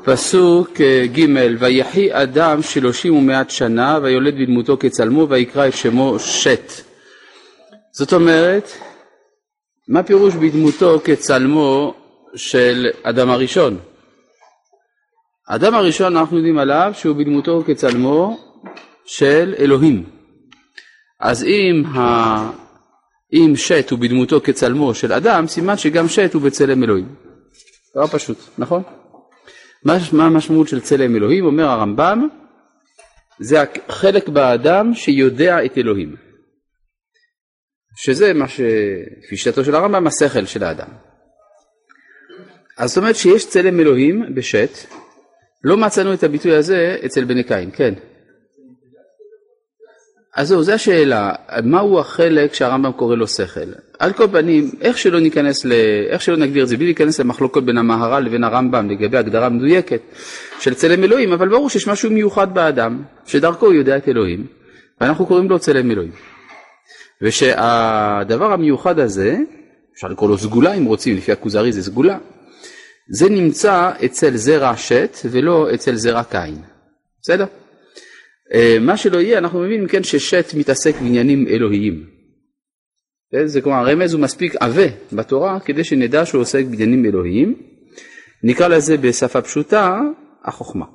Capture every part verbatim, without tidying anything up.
פסוק ג' ויחי אדם שלושים ומעט שנה ויולד בדמותו כצלמו ויקרא את שמו שת. זאת אומרת, מה פירוש בדמותו כצלמו של אדם הראשון? האדם הראשון אנחנו יודעים עליו שהוא בדמותו כצלמו של אלוהים. אז אם, ה... אם שת הוא בדמותו כצלמו של אדם, סימן שגם שת הוא בצלם אלוהים. דבר פשוט, נכון? מה המשמעות של צלם אלוהים? אומר הרמב"ם, זה החלק באדם שיודע את אלוהים. שזה מה שפי שיטתו של הרמב"ם, השכל של האדם. אז זאת אומרת שיש צלם אלוהים בשת, לא מצאנו את הביטוי הזה אצל בני קין, כן. אז זהו, זו השאלה, מהו החלק שהרמב"ם קורא לו שכל? על כל פנים, איך שלא ניכנס ל... איך שלא נגדיר את זה, בלי להיכנס למחלוקות בין המהר"ל לבין הרמב"ם לגבי הגדרה מדויקת של צלם אלוהים, אבל ברור שיש משהו מיוחד באדם, שדרכו הוא יודע את אלוהים, ואנחנו קוראים לו צלם אלוהים. ושהדבר המיוחד הזה, אפשר לקרוא לו סגולה אם רוצים, לפי הכוזרי זה סגולה, זה נמצא אצל זרע שת ולא אצל זרע קין. בסדר? מה שלא יהיה, אנחנו מבינים כן ששת מתעסק בעניינים אלוהיים. זה כמו הרמז הוא מספיק עבה בתורה כדי שנדע שהוא עוסק בעניינים אלוהיים. נקרא לזה בשפה פשוטה החוכמה.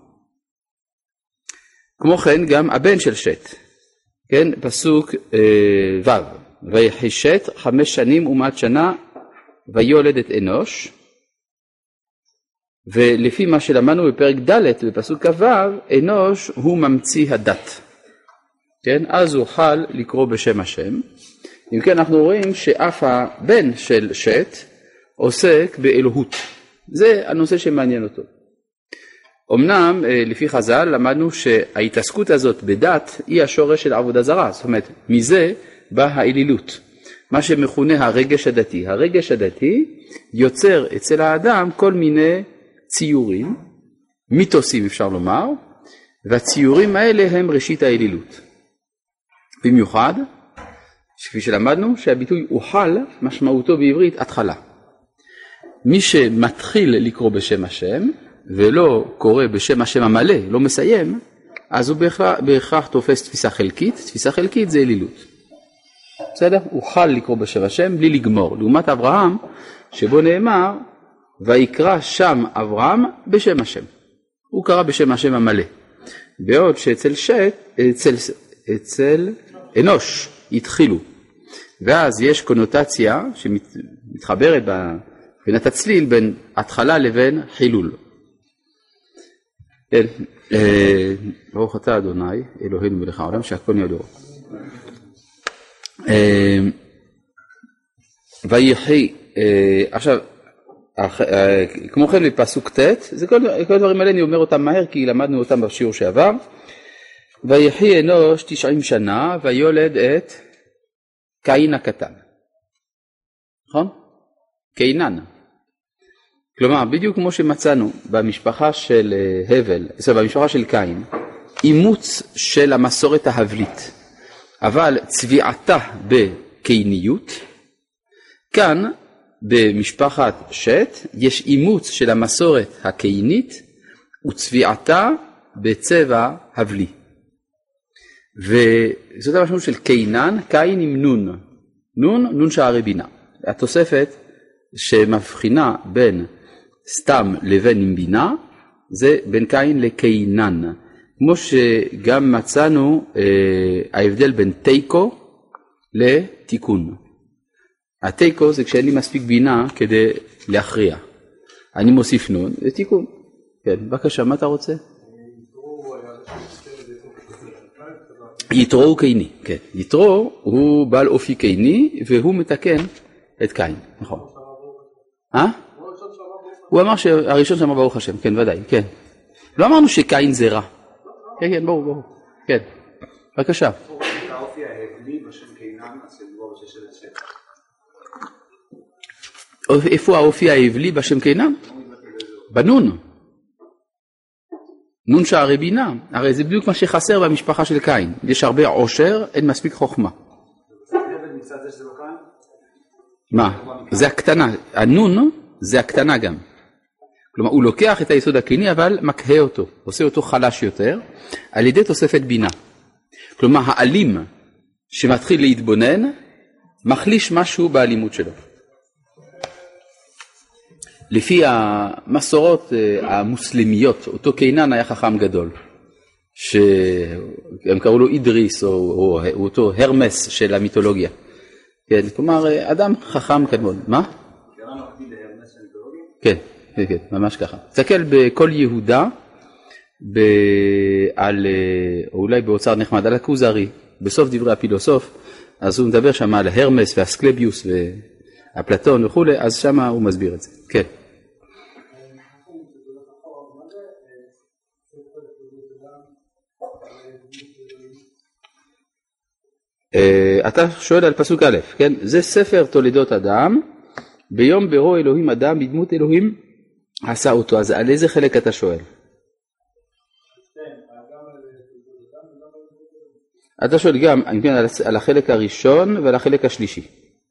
כמו כן גם הבן של שת. כן, פסוק אה, ו' ויחי שת חמש שנים ומעט שנה ויולד את אנוש. ולפי מה שלמדנו בפרק ד' בפסוק כ"ו, אנוש הוא ממציא הדת. כן? אז הוא חל לקרוא בשם השם. אם כן אנחנו רואים שאף הבן של שת עוסק באלוהות. זה הנושא שמעניין אותו. אמנם לפי חז"ל למדנו שההתעסקות הזאת בדת היא השורש של עבודה זרה. זאת אומרת, מזה בא האלילות. מה שמכונה הרגש הדתי. הרגש הדתי יוצר אצל האדם כל מיני ציורים, מיתוסים אפשר לומר, והציורים האלה הם ראשית האלילות. במיוחד, כפי שלמדנו, שהביטוי אוכל משמעותו בעברית התחלה. מי שמתחיל לקרוא בשם השם, ולא קורא בשם השם המלא, לא מסיים, אז הוא בהכרח, בהכרח תופס תפיסה חלקית. תפיסה חלקית זה אלילות. בסדר? אוכל לקרוא בשם השם בלי לגמור. לעומת אברהם, שבו נאמר, ויקרא שם אברהם בשם השם. הוא קרא בשם השם המלא. בעוד שאצל שת, אצל, אצל אנוש התחילו. ואז יש קונוטציה שמתחברת בפינת הצליל בין התחלה לבין חילול. כן, ברוך אתה אדוני, אלוהינו מלך העולם, שהכל נהיה דור. ויחי, עכשיו, כמו כן בפסוק ט', זה כל, כל הדברים האלה אני אומר אותם מהר כי למדנו אותם בשיעור שעבר. ויחי אנוש תשעים שנה ויולד את קין הקטן. נכון? קינן. כלומר, בדיוק כמו שמצאנו במשפחה של הבל, במשפחה של קין, אימוץ של המסורת ההבלית, אבל צביעתה בקיניות, כאן במשפחת שת יש אימוץ של המסורת הקינית וצביעתה בצבע הבלי. וזאת המשמעות של קינן, קין עם נון, נון, נון שערי בינה. התוספת שמבחינה בין סתם לבין עם בינה, זה בין קין לקינן. כמו שגם מצאנו אה, ההבדל בין תיקו לתיקון. התיקו זה כשאין לי מספיק בינה כדי להכריע. אני מוסיף נון, זה תיקון. כן, בבקשה, מה אתה רוצה? יתרו הוא קיני, כן. יתרו הוא בעל אופי קיני, והוא מתקן את קין, נכון. אה? הוא אמר שהראשון שאמר ברוך השם, כן, ודאי, כן. לא אמרנו שקין זה רע. כן, כן, ברור, ברור. כן, בבקשה. האופי ההבלי בשם קינן, אז הוא בשם של השם. איפה האופי ההבלי בשם קינן? בנון. נון שערי בינה. הרי זה בדיוק מה שחסר במשפחה של קין. יש הרבה עושר, אין מספיק חוכמה. מה? זה הקטנה. הנון זה הקטנה גם. כלומר, הוא לוקח את היסוד הקליני, אבל מקהה אותו, עושה אותו חלש יותר, על ידי תוספת בינה. כלומר, האלים שמתחיל להתבונן, מחליש משהו באלימות שלו. לפי המסורות המוסלמיות, אותו קינן היה חכם גדול, שהם קראו לו אידריס, או, או, או אותו הרמס של המיתולוגיה. כן, כלומר, אדם חכם כמובן. מה? קראנו אותי להרמס של המיתולוגיה? כן, כן, כן, ממש ככה. תסתכל בכל יהודה, ב... על, או אולי באוצר נחמד, על הכוזרי, בסוף דברי הפילוסוף, אז הוא מדבר שם על הרמס והסקלביוס והפלטון וכו', אז שם הוא מסביר את זה. כן. אתה שואל על פסוק א', כן? זה ספר תולדות אדם, ביום ברוא אלוהים אדם, בדמות אלוהים עשה אותו. אז על איזה חלק אתה שואל? אתה שואל גם על החלק הראשון ועל החלק השלישי.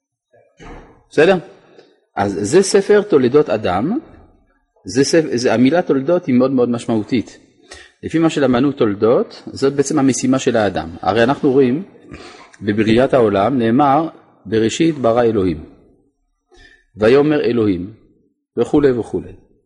בסדר? אז זה ספר תולדות אדם, זה ספר, זה, המילה תולדות היא מאוד מאוד משמעותית. לפי מה שלמדנו תולדות, זאת בעצם המשימה של האדם. הרי אנחנו רואים, בבריאת העולם נאמר, בראשית ברא אלוהים, ויאמר אלוהים, וכו' וכו'.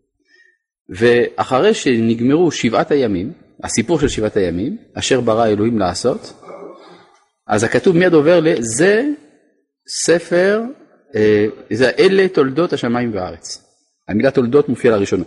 ואחרי שנגמרו שבעת הימים, הסיפור של שבעת הימים, אשר ברא אלוהים לעשות, אז הכתוב מיד עובר לזה ספר, אה, זה אלה תולדות השמיים והארץ. המילה תולדות מופיעה לראשונה.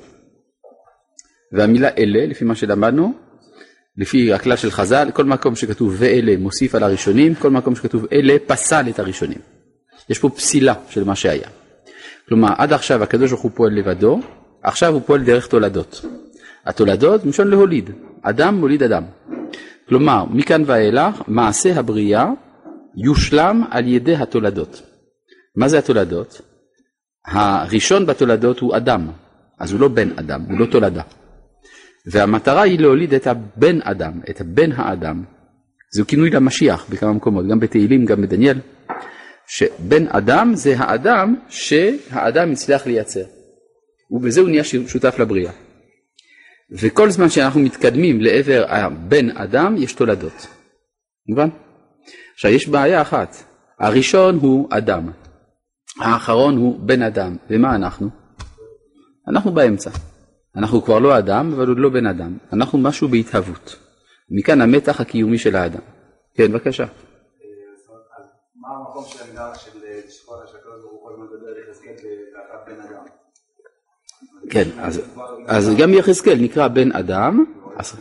והמילה אלה, לפי מה שלמדנו, לפי הכלל של חז"ל, כל מקום שכתוב ואלה מוסיף על הראשונים, כל מקום שכתוב אלה פסל את הראשונים. יש פה פסילה של מה שהיה. כלומר, עד עכשיו הקדוש ברוך הוא פועל לבדו, עכשיו הוא פועל דרך תולדות. התולדות משון להוליד, אדם מוליד אדם. כלומר, מכאן ואילך, מעשה הבריאה יושלם על ידי התולדות. מה זה התולדות? הראשון בתולדות הוא אדם, אז הוא לא בן אדם, הוא לא תולדה. והמטרה היא להוליד את הבן אדם, את בן האדם. זהו כינוי למשיח בכמה מקומות, גם בתהילים, גם בדניאל, שבן אדם זה האדם שהאדם הצליח לייצר. ובזה הוא נהיה שותף לבריאה. וכל זמן שאנחנו מתקדמים לעבר הבן אדם, יש תולדות. מובן? עכשיו, יש בעיה אחת. הראשון הוא אדם. האחרון הוא בן אדם. ומה אנחנו? אנחנו באמצע. אנחנו כבר לא אדם, אבל עוד לא בן אדם. אנחנו משהו בהתהוות. מכאן המתח הקיומי של האדם. כן, בבקשה. מה המקום של המילה של שפור השקלות ברוך הוא מדבר יחזקאל ואתה בן אדם? כן, אז, אז גם יחזקאל נקרא בן אדם. אז,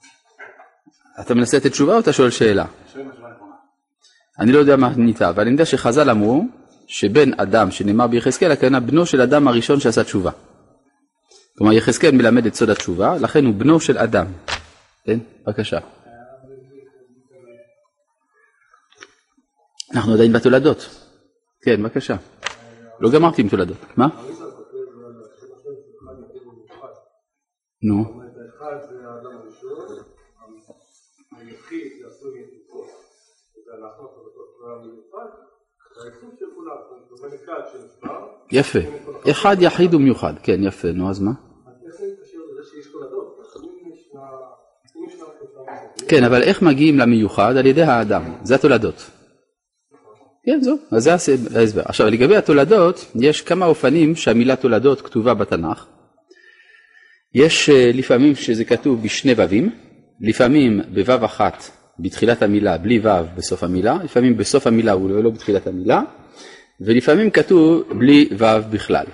אתה מנסה לתת תשובה או אתה שואל שאלה? אני לא יודע מה ניתה, אבל אני יודע שחז"ל אמרו שבן אדם שנאמר ביחזקאל, הכוונה בנו של אדם הראשון שעשה תשובה. כלומר, יחזקאל מלמד את סוד התשובה, לכן הוא בנו של אדם. כן, בבקשה. אנחנו עדיין בתולדות. כן, בבקשה. לא גמרתי עם תולדות. מה? נו. אחד זה האדם הראשון, היחיד זה עשוי יתפות, זה לעשות אותו מיוחד, והייחוד של כולם, זה מנכד של סבר. יפה. אחד יחיד ומיוחד. כן, יפה. נו, אז מה? אז איך אני תשאיר לזה שיש תולדות? כן, אבל איך מגיעים למיוחד? על ידי האדם. זה התולדות. כן, זו. אז זה ההסבר. עכשיו, לגבי התולדות, יש כמה אופנים שהמילה תולדות כתובה בתנ"ך. יש לפעמים שזה כתוב בשני וווים, לפעמים בוו אחת בתחילת המילה, בלי וו בסוף המילה, לפעמים בסוף המילה ולא בתחילת המילה, ולפעמים כתוב בלי וו בכלל.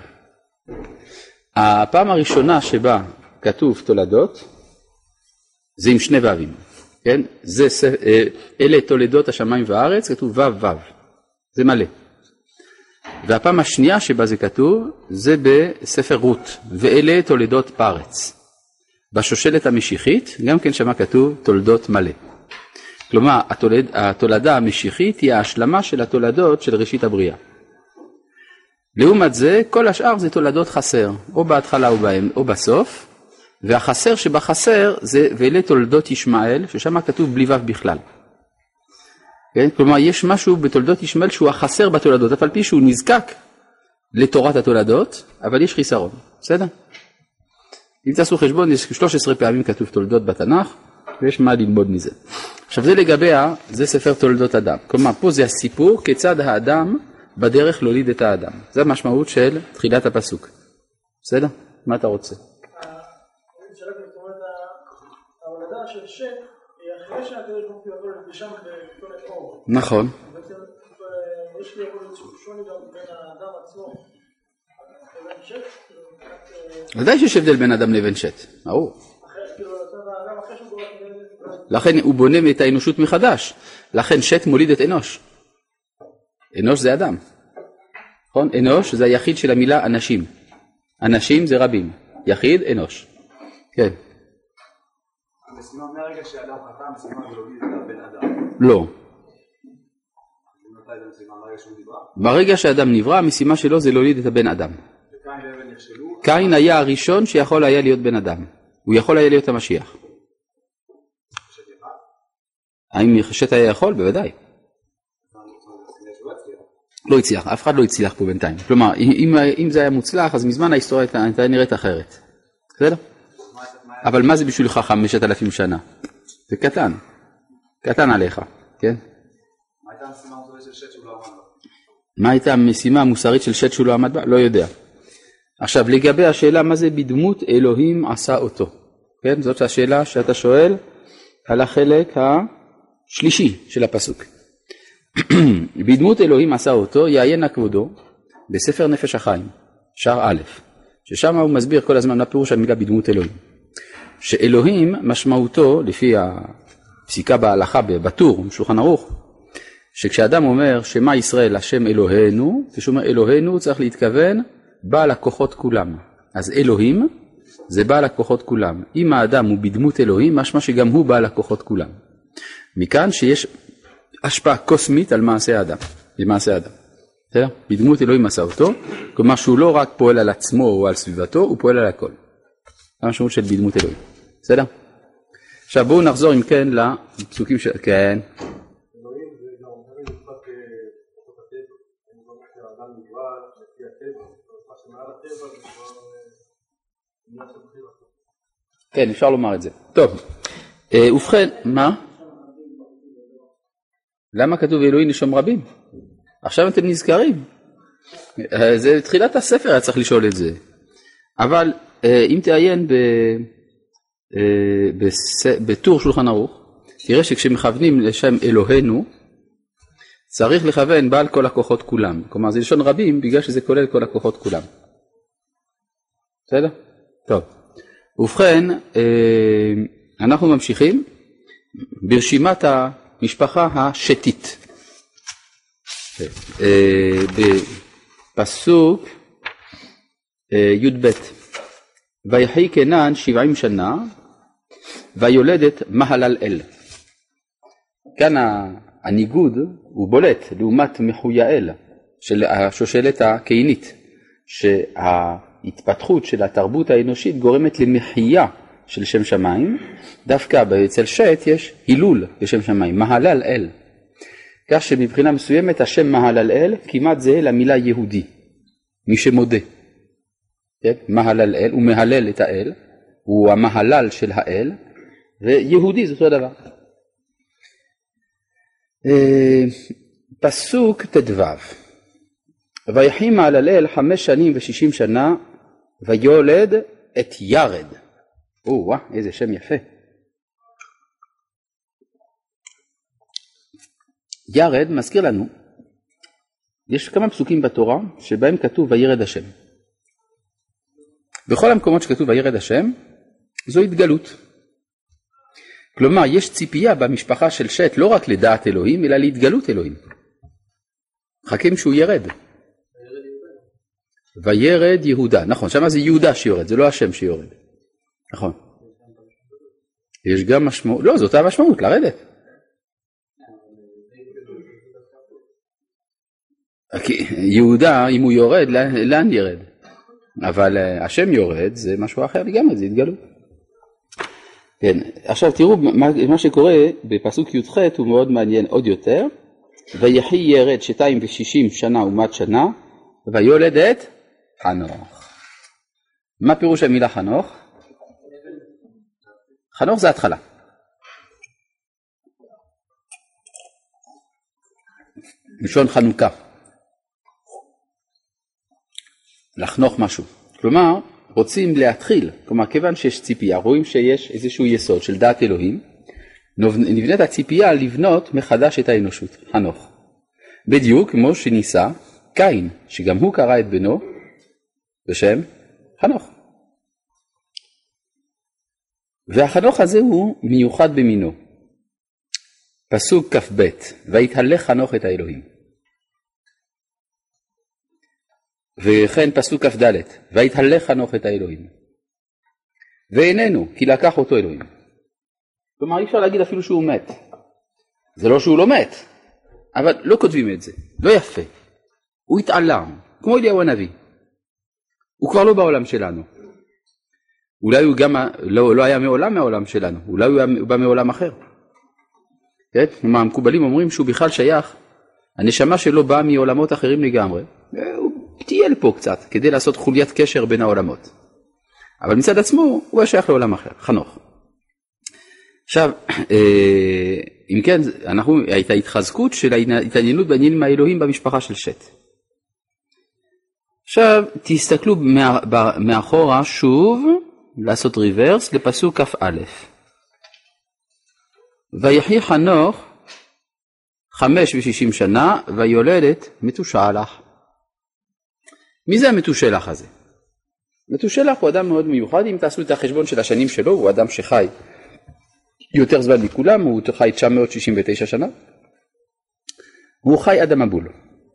הפעם הראשונה שבה כתוב תולדות, זה עם שני וווים, כן? זה, אלה תולדות השמיים והארץ, כתוב וו וו, זה מלא. והפעם השנייה שבה זה כתוב, זה בספר רות, ואלה תולדות פרץ. בשושלת המשיחית, גם כן שמה כתוב תולדות מלא. כלומר, התולד, התולדה המשיחית היא ההשלמה של התולדות של ראשית הבריאה. לעומת זה, כל השאר זה תולדות חסר, או בהתחלה או, בהם, או בסוף, והחסר שבחסר זה ואלה תולדות ישמעאל, ששמה כתוב בלי וו בכלל. כן? כלומר, יש משהו בתולדות ישמעאל שהוא החסר בתולדות, אף על פי שהוא נזקק לתורת התולדות, אבל יש חיסרון. בסדר? אם תעשו חשבון, יש שלוש עשרה פעמים כתוב תולדות בתנ"ך, ויש מה ללמוד מזה. עכשיו זה לגביה, זה ספר תולדות אדם. כלומר, פה זה הסיפור כיצד האדם בדרך להוליד את האדם. זה המשמעות של תחילת הפסוק. בסדר? מה אתה רוצה? ההולדה של שת היא אחרי שהקדוש ברוך הוא יבוא לשם בכתונת אור. נכון. יש לי יכול להיות שוני גם בין האדם עצמו לבין שת? ודאי שיש הבדל בין אדם לבין שת. ברור. לכן הוא בונה את האנושות מחדש. לכן שת מוליד את אנוש. אנוש זה אדם. נכון? אנוש זה היחיד של המילה אנשים. אנשים זה רבים. יחיד, אנוש. כן. המשימה מהרגע שאדם חטא, המשימה להוליד את בן אדם. לא. מתי זה משימה? מהרגע שהוא נברא? ברגע שאדם נברא, המשימה שלו זה להוליד את הבן אדם. וקין והבל נכשלו. קין היה הראשון שיכול היה להיות בן אדם. הוא יכול היה להיות המשיח. האם שת היה יכול? בוודאי. לא הצליח, אף אחד לא הצליח פה בינתיים. כלומר, אם, אם זה היה מוצלח, אז מזמן ההיסטוריה הייתה נראית אחרת. בסדר? אבל מה זה בשבילך חמשת אלפים שנה? זה קטן. קטן עליך, כן? מה הייתה המשימה המוסרית של שת שהוא לא עמד בה? מה הייתה המשימה המוסרית של שת שהוא לא עמד בה? לא יודע. עכשיו, לגבי השאלה מה זה בדמות אלוהים עשה אותו. כן? זאת השאלה שאתה שואל על החלק השלישי של הפסוק. בדמות אלוהים עשה אותו, יעיין כבודו בספר נפש החיים, שער א', ששם הוא מסביר כל הזמן הפירוש המילה בדמות אלוהים. שאלוהים משמעותו, לפי הפסיקה בהלכה בטור, בשולחן ערוך, שכשאדם אומר שמה ישראל השם אלוהינו, כשהוא אומר אלוהינו צריך להתכוון בעל הכוחות כולם. אז אלוהים זה בעל הכוחות כולם. אם האדם הוא בדמות אלוהים, משמע שגם הוא בעל הכוחות כולם. מכאן שיש השפעה קוסמית על מעשה האדם, במעשה האדם. בסדר? בדמות אלוהים עשה אותו, כלומר שהוא לא רק פועל על עצמו או על סביבתו, הוא פועל על הכל. זה המשמעות של בדמות אלוהים. בסדר? עכשיו בואו נחזור אם כן לפסוקים של... כן. אלוהים זה גם אומרים משפט כוחות הטבע, אני אומר שהאדם נברא לפי הטבע, מה שמעל הטבע זה כבר עניין של בחירה. כן, אפשר לומר את זה. טוב, ובכן, מה? למה כתוב אלוהים נשום רבים? עכשיו אתם נזכרים. זה תחילת הספר היה צריך לשאול את זה. אבל אם תעיין בטור שולחן ערוך, תראה שכשמכוונים לשם אלוהינו, צריך לכוון בעל כל הכוחות כולם. כלומר זה לשון רבים בגלל שזה כולל כל הכוחות כולם. בסדר? טוב. ובכן, אנחנו ממשיכים ברשימת המשפחה השתית. בפסוק י' ב' ויחי קנען שבעים שנה ויולדת מהללאל. כאן הניגוד הוא בולט לעומת מחויאל של השושלת הקינית, שההתפתחות של התרבות האנושית גורמת למחייה של שם שמיים. דווקא אצל שת יש הילול בשם שמיים, מהללאל. כך שמבחינה מסוימת השם מהללאל כמעט זהה למילה יהודי, מי שמודה. מהללאל, הוא מהלל את האל, הוא המהלל של האל, ויהודי זה אותו דבר. פסוק תדו. ויחי מהללאל חמש שנים ושישים שנה, ויולד את ירד. או, וואה, איזה שם יפה. ירד מזכיר לנו, יש כמה פסוקים בתורה שבהם כתוב וירד השם. בכל המקומות שכתוב וירד השם, זו התגלות. כלומר, יש ציפייה במשפחה של שת לא רק לדעת אלוהים, אלא להתגלות אלוהים. חכים שהוא ירד. וירד יהודה. נכון, שמה זה יהודה שיורד, זה לא השם שיורד. נכון. יש גם משמעות, לא, זאת המשמעות, לרדת. יהודה, אם הוא יורד, לאן ירד? אבל השם יורד, זה משהו אחר לגמרי, זה התגלות. כן, עכשיו תראו, מה, מה שקורה בפסוק י"ח הוא מאוד מעניין עוד יותר. ויחי ירד שתיים ושישים שנה ומת שנה, ויולד את חנוך. מה פירוש המילה חנוך? חנוך זה התחלה. מלשון חנוכה. לחנוך משהו. כלומר, רוצים להתחיל, כלומר, כיוון שיש ציפייה, רואים שיש איזשהו יסוד של דעת אלוהים, נבנית הציפייה לבנות מחדש את האנושות, חנוך. בדיוק כמו שניסה קין, שגם הוא קרא את בנו בשם חנוך. והחנוך הזה הוא מיוחד במינו. פסוק כ"ב, ויתהלך חנוך את האלוהים. וכן פסוק כ"ד, ויתהלך חנוך את האלוהים. ואיננו, כי לקח אותו אלוהים. כלומר, אי אפשר להגיד אפילו שהוא מת. זה לא שהוא לא מת, אבל לא כותבים את זה, לא יפה. הוא התעלם, כמו אליהו הנביא. הוא כבר לא בעולם שלנו. אולי הוא גם לא, לא היה מעולם מהעולם שלנו, אולי הוא היה בא מעולם אחר. כן? כלומר, המקובלים אומרים שהוא בכלל שייך, הנשמה שלו באה מעולמות אחרים לגמרי. הוא טייל פה קצת, כדי לעשות חוליית קשר בין העולמות. אבל מצד עצמו, הוא היה שייך לעולם אחר, חנוך. עכשיו, אם כן, אנחנו, הייתה התחזקות של ההתעניינות בעניינים האלוהים במשפחה של שת. עכשיו, תסתכלו מאחורה שוב, לעשות ריברס, לפסוק כ"א. ויחי חנוך חמש ושישים שנה, ויולדת מתושלח. מי זה המתושלח הזה? מתושלח הוא אדם מאוד מיוחד, אם תעשו את החשבון של השנים שלו, הוא אדם שחי יותר זמן מכולם, הוא חי תשע מאות שישים ותשע שנה, והוא חי עד המבול.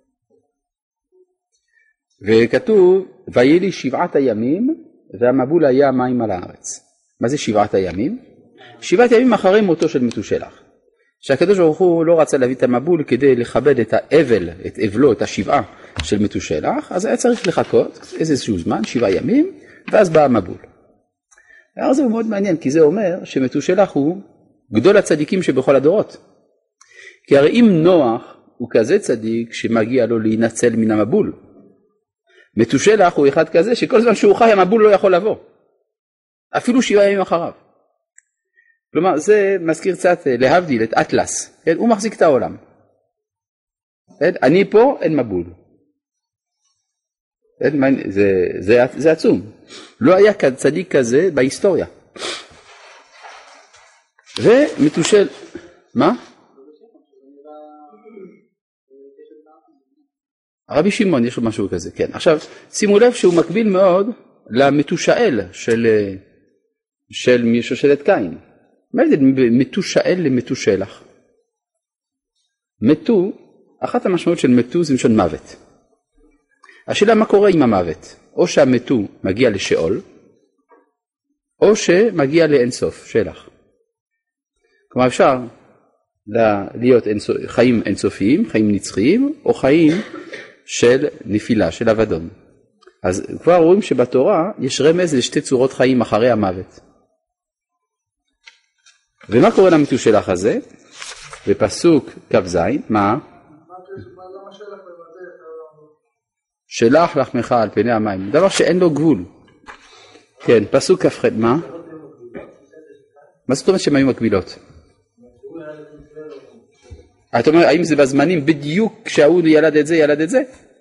וכתוב, ויהי לי שבעת הימים, והמבול היה מים על הארץ. מה זה שבעת הימים? שבעת ימים אחרי מותו של מתושלח. שהקדוש ברוך הוא לא רצה להביא את המבול כדי לכבד את האבל, את אבלו, את השבעה של מתושלח, אז היה צריך לחכות איזשהו זמן, שבעה ימים, ואז בא המבול. והר זה הוא מאוד מעניין, כי זה אומר שמתושלח הוא גדול הצדיקים שבכל הדורות. כי הרי אם נוח הוא כזה צדיק שמגיע לו להינצל מן המבול, מתושלח הוא אחד כזה שכל זמן שהוא חי המבול לא יכול לבוא. אפילו שבעה ימים אחריו. כלומר, זה מזכיר קצת להבדיל את אטלס. כן? הוא מחזיק את העולם. כן? אני פה, אין מבול. כן? זה, זה, זה עצום. לא היה צדיק כזה בהיסטוריה. ומתושל... מה? הרבי שמעון יש לו משהו כזה, כן. עכשיו, שימו לב שהוא מקביל מאוד למתושאל של, של משושלת קין. מה זה מתושאל למתושלח? מתו, אחת המשמעות של מתו זה משון מוות. השאלה מה קורה עם המוות? או שהמתו מגיע לשאול, או שמגיע לאינסוף, שלח. כלומר אפשר להיות אינסוף, חיים אינסופיים, חיים נצחיים, או חיים של נפילה, של אבדון. אז כבר רואים שבתורה יש רמז לשתי צורות חיים אחרי המוות. ומה קורה למתושלח הזה? בפסוק כ"ז, מה? שלח לחמך על פני המים, דבר שאין לו גבול. כן, פסוק כ"ח, מה? מה זאת אומרת שהן היו מקבילות? אתה אומר, האם זה בזמנים בדיוק כשהוא ילד את זה, ילד את זה?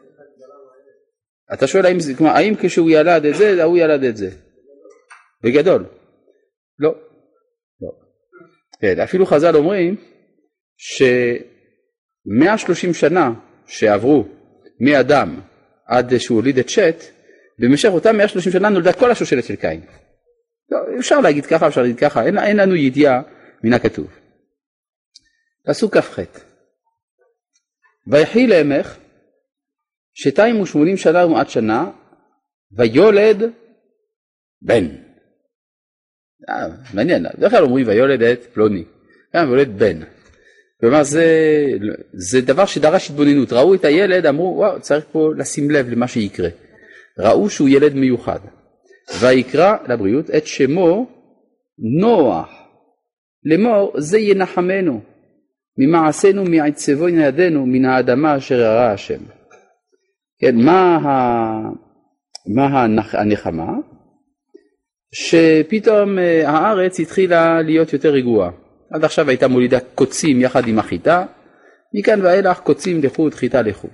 אתה שואל, האם, זה, כלומר, האם כשהוא ילד את זה, הוא ילד את זה? בגדול. לא. לא. כן, אפילו חז"ל אומרים ש-מאה ושלושים שנה שעברו מאדם עד שהוא הוליד את שת, במשך אותם מאה ושלושים שנה נולדה כל השושלת של קין. לא, אפשר להגיד ככה, אפשר להגיד ככה, אין, אין לנו ידיעה מן הכתוב. פסוק כ"ח. ויחי לאמך שתיים ושמונים שנה ומעט שנה, ויולד בן. אה, מעניין, בדרך כלל אומרים ויולד את פלוני, כן, ויולד בן. כלומר זה, זה דבר שדרש התבוננות. ראו את הילד, אמרו וואו, צריך פה לשים לב למה שיקרה. ראו שהוא ילד מיוחד. ויקרא לבריאות את שמו נוח. לאמור זה ינחמנו. ממעשינו מעצבו ידינו מן האדמה אשר ירא השם. כן, מה, ה... מה הנחמה? שפתאום הארץ התחילה להיות יותר רגועה. עד עכשיו הייתה מולידה קוצים יחד עם החיטה, מכאן ואילך קוצים לחוד, חיטה לחוד.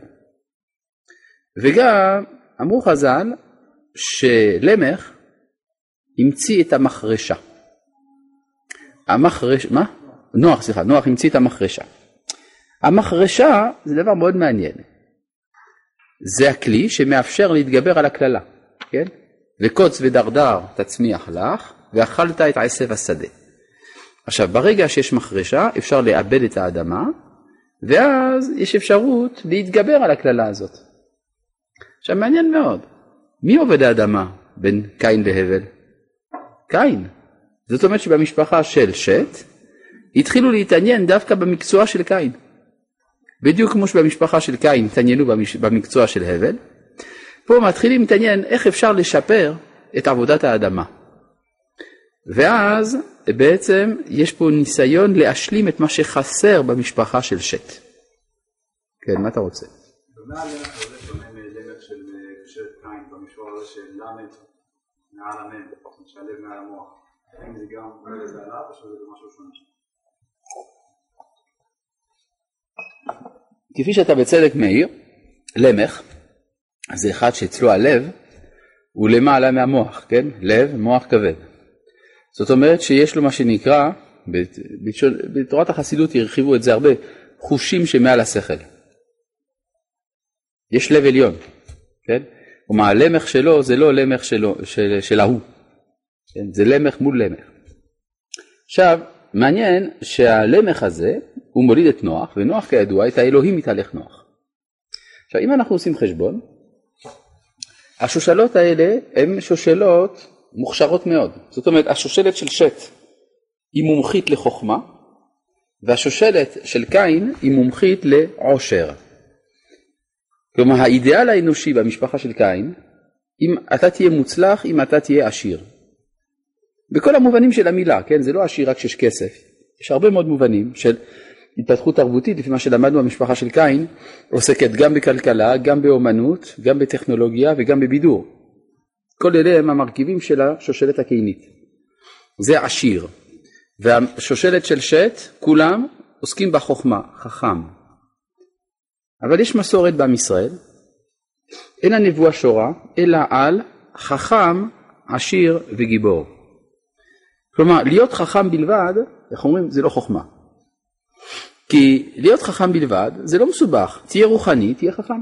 וגם אמרו חז"ל שלמך המציא את המחרשה. המחרש... מה? נוח, סליחה, נוח המציא את המחרשה. המחרשה זה דבר מאוד מעניין. זה הכלי שמאפשר להתגבר על הכללה, כן? וקוץ ודרדר תצמיח לך, ואכלת את עשב השדה. עכשיו, ברגע שיש מחרשה, אפשר לאבד את האדמה, ואז יש אפשרות להתגבר על הכללה הזאת. עכשיו, מעניין מאוד. מי עובד האדמה בין קין להבל? קין. זאת אומרת שבמשפחה של שת, התחילו להתעניין דווקא במקצוע של קין. בדיוק כמו שבמשפחה של קין התעניינו במקצוע של הבל, פה מתחילים להתעניין איך אפשר לשפר את עבודת האדמה. ואז בעצם יש פה ניסיון להשלים את מה שחסר במשפחה של שת. כן, מה אתה רוצה? ומה הלמך הזה שונה מלמך של קשרת קין במשפחה הזה של למד מעל המם, משלב מעל המוח? האם זה גם עולה זה עליו או שזה משהו שונה? כפי שאתה בצדק מאיר, למך זה אחד שאצלו הלב הוא למעלה מהמוח, כן? לב, מוח כבד. זאת אומרת שיש לו מה שנקרא, בתורת החסידות הרחיבו את זה הרבה, חושים שמעל השכל. יש לב עליון, כן? ומה הלמך שלו זה לא למך שלו, של, של ההוא, כן? זה למך מול למך. עכשיו, מעניין שהלמך הזה הוא מוליד את נוח, ונוח כידוע את האלוהים מתהלך נוח. עכשיו, אם אנחנו עושים חשבון, השושלות האלה הן שושלות מוכשרות מאוד. זאת אומרת, השושלת של שת היא מומחית לחוכמה, והשושלת של קין היא מומחית לעושר. כלומר, האידאל האנושי במשפחה של קין, אם אתה תהיה מוצלח, אם אתה תהיה עשיר. בכל המובנים של המילה, כן? זה לא עשיר רק שיש כסף. יש הרבה מאוד מובנים של התפתחות תרבותית, לפי מה שלמדנו במשפחה של קין, עוסקת גם בכלכלה, גם באומנות, גם בטכנולוגיה וגם בבידור. כל אלה הם המרכיבים של השושלת הקינית. זה עשיר. והשושלת של שת, כולם עוסקים בחוכמה, חכם. אבל יש מסורת בעם ישראל, אין הנבואה שורה, אלא על חכם, עשיר וגיבור. כלומר, להיות חכם בלבד, איך אומרים, זה לא חוכמה. כי להיות חכם בלבד זה לא מסובך, תהיה רוחני, תהיה חכם.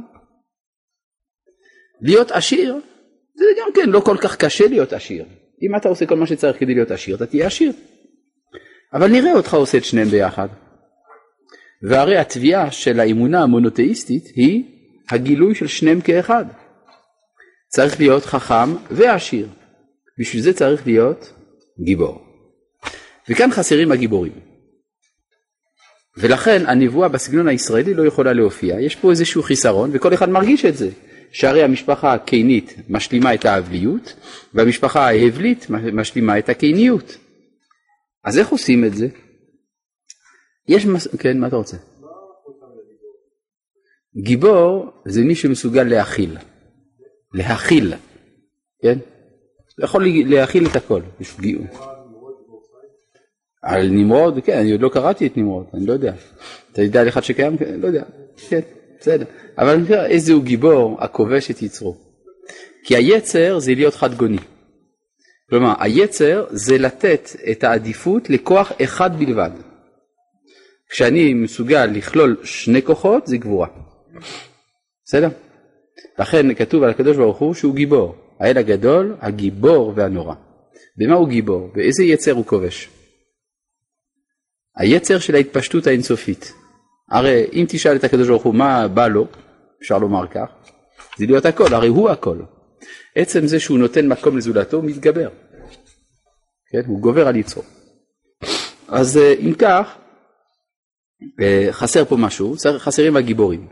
להיות עשיר, זה גם כן לא כל כך קשה להיות עשיר. אם אתה עושה כל מה שצריך כדי להיות עשיר, אתה תהיה עשיר. אבל נראה אותך עושה את שניהם ביחד. והרי התביעה של האמונה המונותאיסטית היא הגילוי של שניהם כאחד. צריך להיות חכם ועשיר. בשביל זה צריך להיות גיבור. וכאן חסרים הגיבורים. ולכן הנבואה בסגנון הישראלי לא יכולה להופיע. יש פה איזשהו חיסרון, וכל אחד מרגיש את זה. שהרי המשפחה הקינית משלימה את האבליות, והמשפחה ההבלית משלימה את הקיניות. אז איך עושים את זה? יש מס... כן, מה אתה רוצה? גיבור זה מי שמסוגל להכיל. להכיל. כן? יכול להכיל את הכל. יש גיבור. על נמרוד, כן, אני עוד לא קראתי את נמרוד, אני לא יודע. אתה יודע על אחד שקיים? כן, לא יודע. כן, בסדר. אבל אני חושב איזה הוא גיבור הכובש את יצרו. כי היצר זה להיות חד גוני. כלומר, היצר זה לתת את העדיפות לכוח אחד בלבד. כשאני מסוגל לכלול שני כוחות, זה גבורה. בסדר? לכן כתוב על הקדוש ברוך הוא שהוא גיבור. האל הגדול, הגיבור והנורא. במה הוא גיבור? באיזה יצר הוא כובש? היצר של ההתפשטות האינסופית. הרי אם תשאל את הקדוש ברוך הוא מה בא לו, אפשר לומר כך, זה להיות הכל, הרי הוא הכל. עצם זה שהוא נותן מקום לזולתו, הוא מתגבר. כן? הוא גובר על יצרו. אז אם כך, חסר פה משהו, חסרים הגיבורים.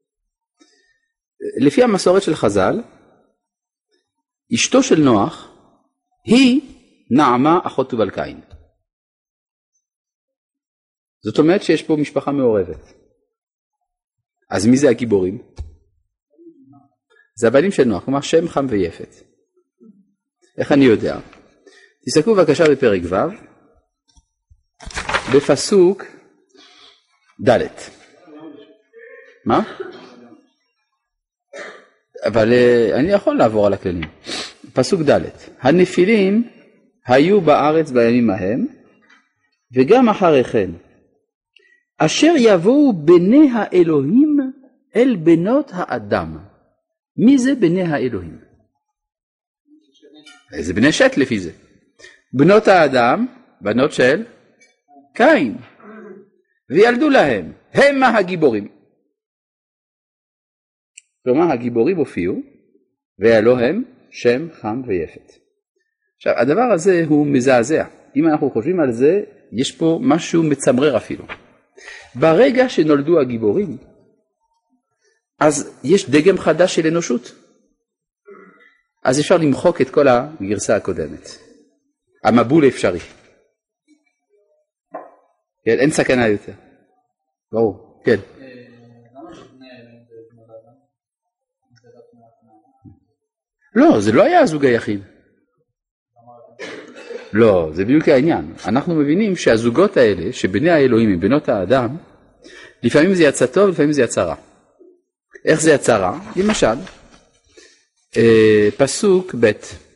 לפי המסורת של חז"ל, אשתו של נוח היא נעמה אחות תובל קין. זאת אומרת שיש פה משפחה מעורבת. אז מי זה הגיבורים? זה הבנים של נוח, כלומר שם, חם ויפת. איך אני יודע? תסתכלו בבקשה בפרק ו' בפסוק ד'. מה? אבל אני יכול לעבור על הכללים. פסוק ד', הנפילים היו בארץ בימים ההם, וגם אחרי כן, אשר יבואו בני האלוהים אל בנות האדם. מי זה בני האלוהים? זה בני שת לפי זה. בנות האדם, בנות של קין, וילדו להם, המה הגיבורים. כלומר הגיבורים הופיעו, והיה הם שם, חם ויפת. עכשיו הדבר הזה הוא מזעזע. אם אנחנו חושבים על זה, יש פה משהו מצמרר אפילו. ברגע שנולדו הגיבורים, אז יש דגם חדש של אנושות. אז אפשר למחוק את כל הגרסה הקודמת. המבול אפשרי. כן, אין סכנה יותר. ברור, כן. לא, זה לא היה הזוג היחיד. לא, זה בדיוק העניין. אנחנו מבינים שהזוגות האלה, שבני האלוהים הם בנות האדם, לפעמים זה יצא טוב, לפעמים זה יצא רע. איך זה יצא רע? למשל, אה, פסוק ב'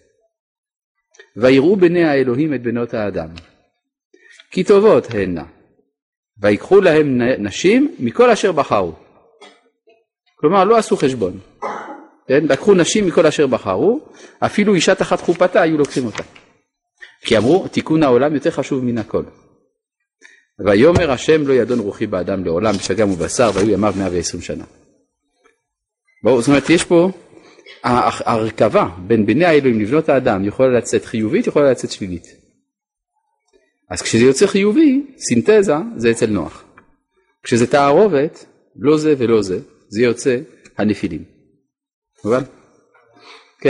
ויראו בני האלוהים את בנות האדם, כי טובות הנה, ויקחו להם נשים מכל אשר בחרו. כלומר, לא עשו חשבון. כן? לקחו נשים מכל אשר בחרו, אפילו אישה תחת חופתה היו לוקחים אותה. כי אמרו, תיקון העולם יותר חשוב מן הכל. ויאמר השם לא ידון רוחי באדם לעולם בשגם ובשר, והיו ימיו מאה ועשרים שנה. בואו, זאת אומרת, יש פה הרכבה בין בני האלוהים לבנות האדם, יכולה לצאת חיובית, יכולה לצאת שלילית. אז כשזה יוצא חיובי, סינתזה, זה אצל נוח. כשזה תערובת, לא זה ולא זה, זה יוצא הנפילים. מובן? כן.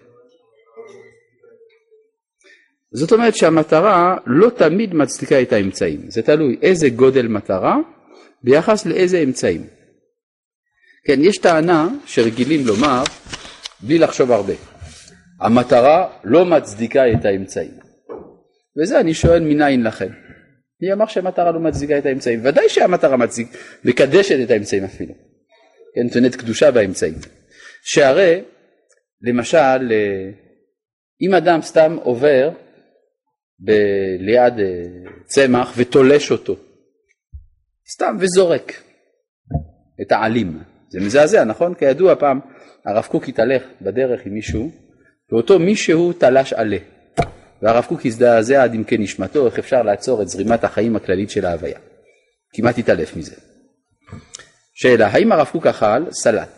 זאת אומרת שהמטרה לא תמיד מצדיקה את האמצעים. זה תלוי איזה גודל מטרה ביחס לאיזה אמצעים. כן, יש טענה שרגילים לומר בלי לחשוב הרבה. המטרה לא מצדיקה את האמצעים. וזה אני שואל מניין לכם. מי אמר שהמטרה לא מצדיקה את האמצעים? ודאי שהמטרה מצדיק, מקדשת את האמצעים אפילו. כן, נותנת קדושה באמצעים. שהרי, למשל, אם אדם סתם עובר ב- ליד צמח ותולש אותו, סתם וזורק את העלים. זה מזעזע, נכון? כידוע פעם הרב קוק התהלך בדרך עם מישהו, ואותו מישהו תלש עלה. והרב קוק הזדעזע עד עמקי נשמתו, איך אפשר לעצור את זרימת החיים הכללית של ההוויה. כמעט התעלף מזה. שאלה, האם הרב קוק אכל סלט?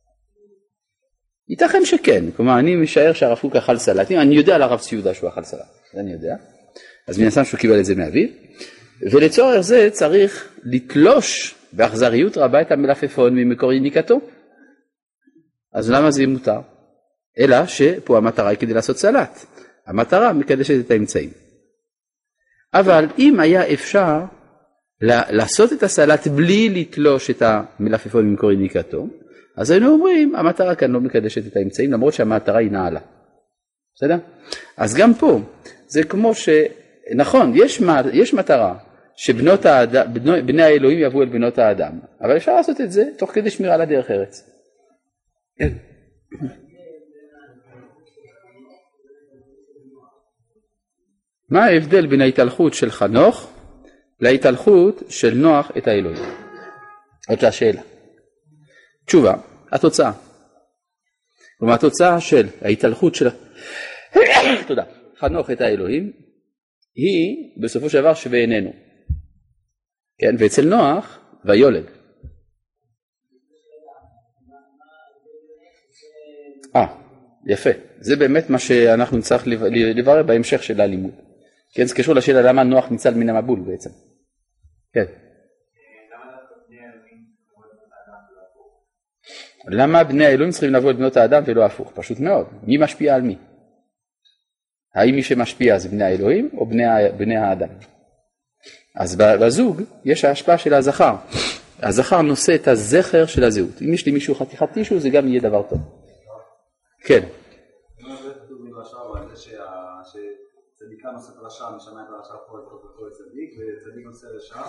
ייתכן שכן, כלומר אני משער שהרב קוק אכל סלט, אני יודע על הרב ציודה שהוא אכל סלט, זה אני יודע, אז מן הסתם שהוא קיבל את זה מאביו, ולצורך זה צריך לתלוש באכזריות רבה את המלפפון ממקור יניקתו. אז למה זה מותר? אלא שפה המטרה היא כדי לעשות סלט, המטרה מקדשת את האמצעים. אבל אם היה אפשר לעשות את הסלט בלי לתלוש את המלפפון ממקור יניקתו, אז היינו אומרים, המטרה כאן לא מקדשת את האמצעים, למרות שהמטרה היא נעלה. בסדר? אז גם פה, זה כמו ש... נכון, יש, יש מטרה שבנות האדם, בני האלוהים יבואו אל בנות האדם, אבל אפשר לעשות את זה תוך כדי שמירה על הדרך ארץ. כן. מה ההבדל בין ההתהלכות של חנוך להתהלכות של נוח את האלוהים? עוד השאלה. תשובה, התוצאה. כלומר, התוצאה של ההתהלכות של תודה, חנוך את האלוהים, היא בסופו של דבר שווה עינינו. כן, ואצל נוח, ויולד. אה, יפה. זה באמת מה שאנחנו נצטרך לברר בהמשך של הלימוד. כן, זה קשור לשאלה למה נוח ניצל מן המבול בעצם. כן. למה בני האלוהים צריכים לבוא את בנות האדם ולא הפוך? פשוט מאוד. מי משפיע על מי? האם מי שמשפיע זה בני האלוהים או בני, בני האדם? אז בזוג יש ההשפעה של הזכר. הזכר נושא את הזכר של הזהות. אם יש לי מישהו חתיכת טישו זה גם יהיה דבר טוב. כן. זה מכאן נוסף רשע, משנה את הרשע פה את אותו צדיק, וצדיק נושא רשע.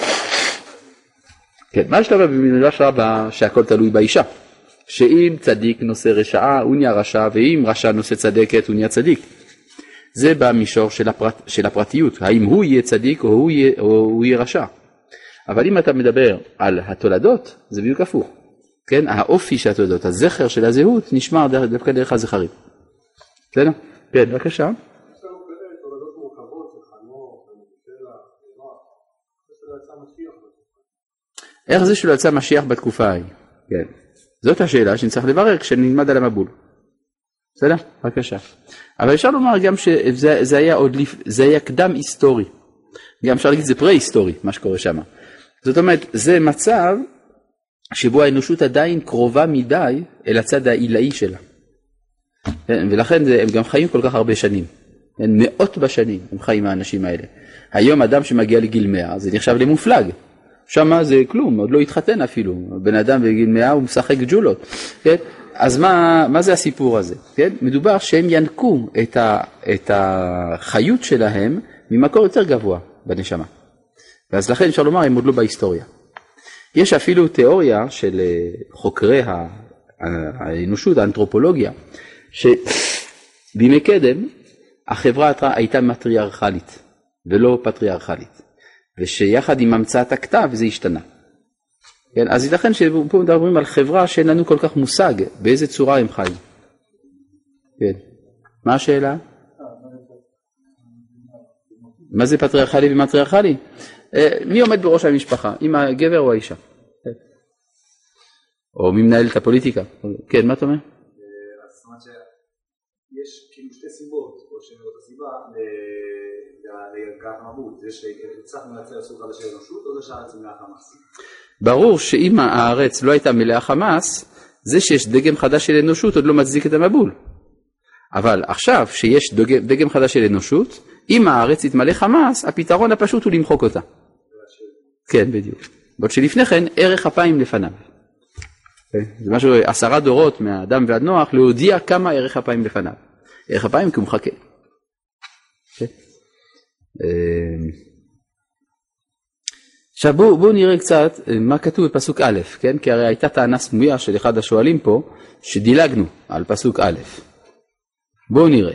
כן, מה השלב במדרש רבה שהכל תלוי באישה? שאם צדיק נושא רשעה, הוא נהיה רשע, ואם רשע נושא צדקת, הוא נהיה צדיק. זה במישור של, הפרט, של הפרטיות, האם הוא יהיה צדיק או הוא יהיה, או הוא יהיה רשע. אבל אם אתה מדבר על התולדות, זה בדיוק הפוך. כן, האופי של התולדות, הזכר של הזהות, נשמר דווקא דרך הזכרים. בסדר? כן, בבקשה. יש לנו כאלה תולדות מורכבות, של חנוך, ושלה, ונוח. זה שלא יצא משיח בתקופה. איך זה שלא יצא משיח בתקופה ההיא? כן. זאת השאלה שנצטרך לברר כשנלמד על המבול. בסדר? בבקשה. אבל אפשר לומר גם שזה זה היה עוד לפ... זה היה קדם היסטורי. גם אפשר להגיד זה פרה-היסטורי, מה שקורה שם. זאת אומרת, זה מצב שבו האנושות עדיין קרובה מדי אל הצד העילאי שלה. ולכן זה, הם גם חיים כל כך הרבה שנים. מאות בשנים הם חיים האנשים האלה. היום אדם שמגיע לגיל מאה, זה נחשב למופלג. שמה זה כלום, עוד לא התחתן אפילו. בן אדם בגיל מאה הוא משחק ג'ולות. כן? אז מה, מה זה הסיפור הזה? כן? מדובר שהם ינקו את, ה, את החיות שלהם ממקור יותר גבוה בנשמה. ואז לכן אפשר לומר, הם עוד לא בהיסטוריה. יש אפילו תיאוריה של חוקרי האנושות, האנתרופולוגיה, שבימי קדם החברה הייתה מטריארכלית ולא פטריארכלית, ושיחד עם המצאת הכתב זה השתנה. כן, אז ייתכן שפה מדברים על חברה שאין לנו כל כך מושג באיזה צורה הם חיים. כן. מה השאלה? מה זה פטריארכלי ומטריארכלי? מי עומד בראש המשפחה? אם הגבר או האישה? או מי מנהל את הפוליטיקה? כן, מה אתה אומר? זאת אומרת שיש כאילו שתי סיבות, או שאומרת הסיבה להגעת המבול, זה שהצלחנו לייצר סוג חדש של אנושות, או זה שהארץ מלאה חמאס? ברור שאם הארץ לא הייתה מלאה חמאס, זה שיש דגם חדש של אנושות עוד לא מצדיק את המבול. אבל עכשיו שיש דגם חדש של אנושות, אם הארץ יתמלא חמאס, הפתרון הפשוט הוא למחוק אותה. כן, בדיוק. בעוד שלפני כן, ערך אפיים לפניו. זה משהו, עשרה דורות מהאדם ועד נוח, להודיע כמה ערך אפיים לפניו. ערך אפיים כי הוא מחכה. עכשיו בואו בוא נראה קצת מה כתוב בפסוק א', כן? כי הרי הייתה טענה סמויה של אחד השואלים פה, שדילגנו על פסוק א'. בואו נראה.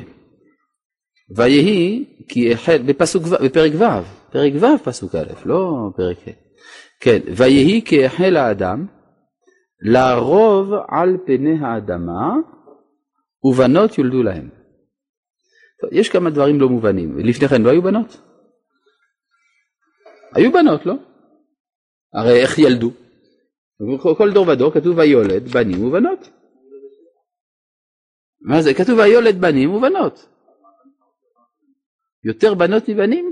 ויהי, כי החל, בפסוק, בפרק ו', פרק ו' פסוק א', לא פרק ה'. כן, ויהי כי החל האדם, לרוב על פני האדמה, ובנות יולדו להם. טוב, יש כמה דברים לא מובנים. לפני כן לא היו בנות? היו בנות, לא? הרי איך ילדו? כל דור ודור כתוב ויולד בנים ובנות. מה זה? כתוב ויולד בנים ובנות. יותר בנות מבנים?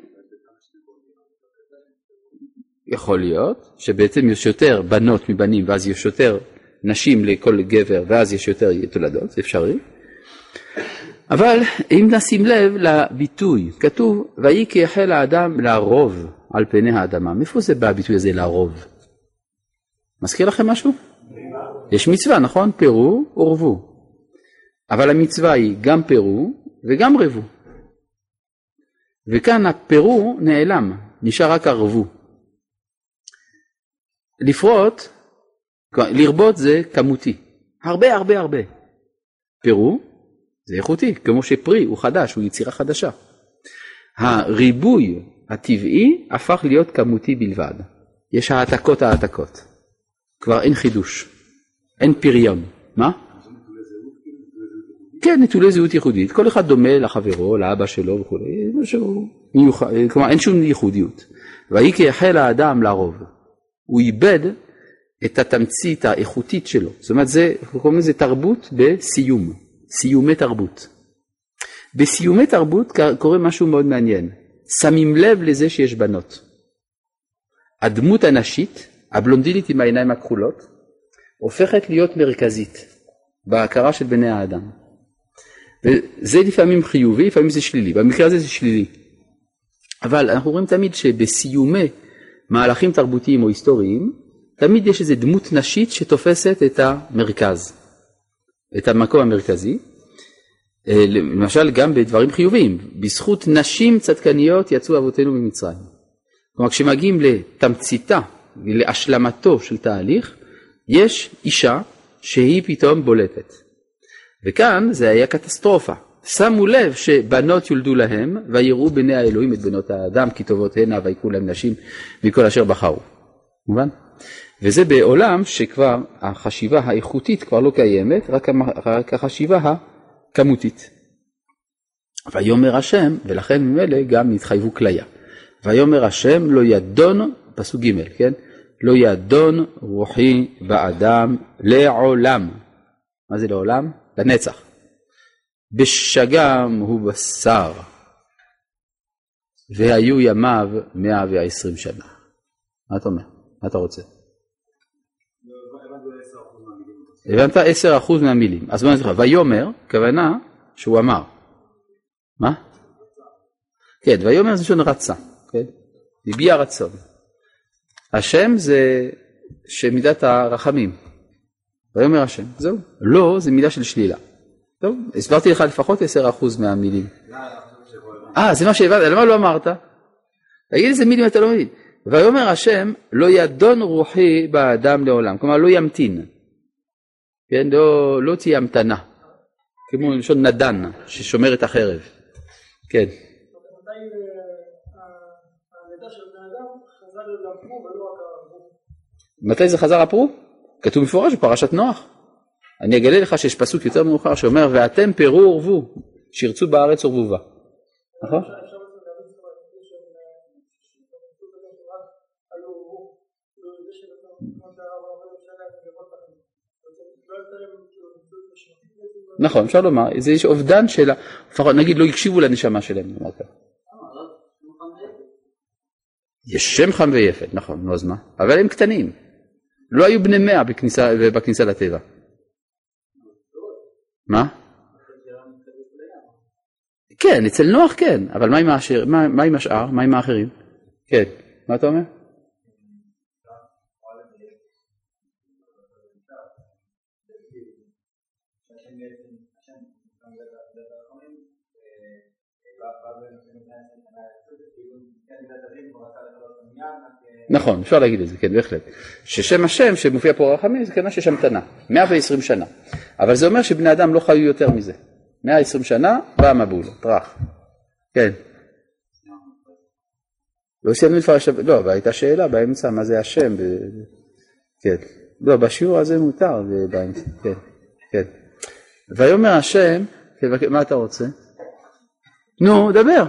יכול להיות שבעצם יש יותר בנות מבנים ואז יש יותר נשים לכל גבר ואז יש יותר תולדות, זה אפשרי. אבל אם נשים לב לביטוי, כתוב ויהי כי החל האדם לרוב על פני האדמה. מאיפה זה בא הביטוי הזה לרוב? מזכיר לכם משהו? יש מצווה, נכון? פירו ורבו. אבל המצווה היא גם פירו וגם רבו. וכאן הפירו נעלם, נשאר רק הרבו. לפרוט, לרבות זה כמותי. הרבה הרבה הרבה. פירו זה איכותי, כמו שפרי הוא חדש, הוא יצירה חדשה. הריבוי הטבעי הפך להיות כמותי בלבד. יש העתקות העתקות. כבר אין חידוש. אין פריון. מה? כן, נטולי זהות ייחודית. כל אחד דומה לחברו, לאבא שלו וכו'. משהו מיוחד. כלומר, אין שום ייחודיות. ויהי כי החל האדם לרוב. הוא איבד את התמצית האיכותית שלו. זאת אומרת, זה, קוראים לזה תרבות בסיום. סיומי תרבות. בסיומי תרבות קורה משהו מאוד מעניין. שמים לב לזה שיש בנות. הדמות הנשית, הבלונדינית עם העיניים הכחולות, הופכת להיות מרכזית בהכרה של בני האדם. וזה לפעמים חיובי, לפעמים זה שלילי. במקרה הזה זה שלילי. אבל אנחנו רואים תמיד שבסיומי מהלכים תרבותיים או היסטוריים, תמיד יש איזו דמות נשית שתופסת את המרכז, את המקום המרכזי. למשל גם בדברים חיוביים, בזכות נשים צדקניות יצאו אבותינו ממצרים. כלומר כשמגיעים לתמציתה ולהשלמתו של תהליך, יש אישה שהיא פתאום בולטת. וכאן זה היה קטסטרופה. שמו לב שבנות יולדו להם ויראו בני האלוהים את בנות האדם כי טובות הנה ויקחו להם נשים מכל אשר בחרו. מובן? וזה בעולם שכבר החשיבה האיכותית כבר לא קיימת, רק, רק החשיבה הכמותית. ויאמר השם, ולכן ממילא גם נתחייבו כליה. ויאמר השם לא ידון, פסוק ג', כן? לא ידון רוחי באדם לעולם. מה זה לעולם? לנצח. בשגם הוא בשר, והיו ימיו מאה ועשרים שנה. מה אתה אומר? מה אתה רוצה? הבנת עשר אחוז מהמילים. אז מה נזכר? ויאמר, כוונה שהוא אמר. מה? כן, ויאמר זה שון רצה. כן? הביע רצון. השם זה שמידת הרחמים. ויאמר השם, זהו. לא, זה מידה של שלילה. טוב, הסברתי לך לפחות עשר אחוז מהמילים. אה, זה מה שהבנת, למה לא אמרת? תגיד איזה מילים אתה לא מבין. ויאמר השם, לא ידון רוחי באדם לעולם. כלומר, לא ימתין. כן, לא, לא תהיה המתנה. כמו לשון נדן, ששומר את החרב. כן. מתי זה חזר לפרו? כתוב מפורש בפרשת נוח. אני אגלה לך שיש פסוק יותר מאוחר שאומר ואתם פרו ורבו, שירצו בארץ ורבובה. נכון? נכון, אפשר לומר, זה יש אובדן של, נגיד לא הקשיבו לנשמה שלהם. יש שם חם ויפת, נכון, נו אז מה? אבל הם קטנים. לא היו בני מאה בכניסה, בכניסה לטבע. מה? כן, אצל נוח כן, אבל מה עם השאר, מה, מה עם השאר? מה עם האחרים? כן, מה אתה אומר? נכון, אפשר להגיד את זה, כן, בהחלט. ששם השם שמופיע פה רחמים זה כנראה שיש המתנה, מאה ועשרים שנה. אבל זה אומר שבני אדם לא חיו יותר מזה. מאה ועשרים שנה, בא המבול, טרח. כן. לא סיימנו לפרש, לא, והייתה שאלה באמצע, מה זה השם? ב... כן. לא, בשיעור הזה מותר, באמצע, כן, כן. ויאמר השם, מה אתה רוצה? נו, דבר.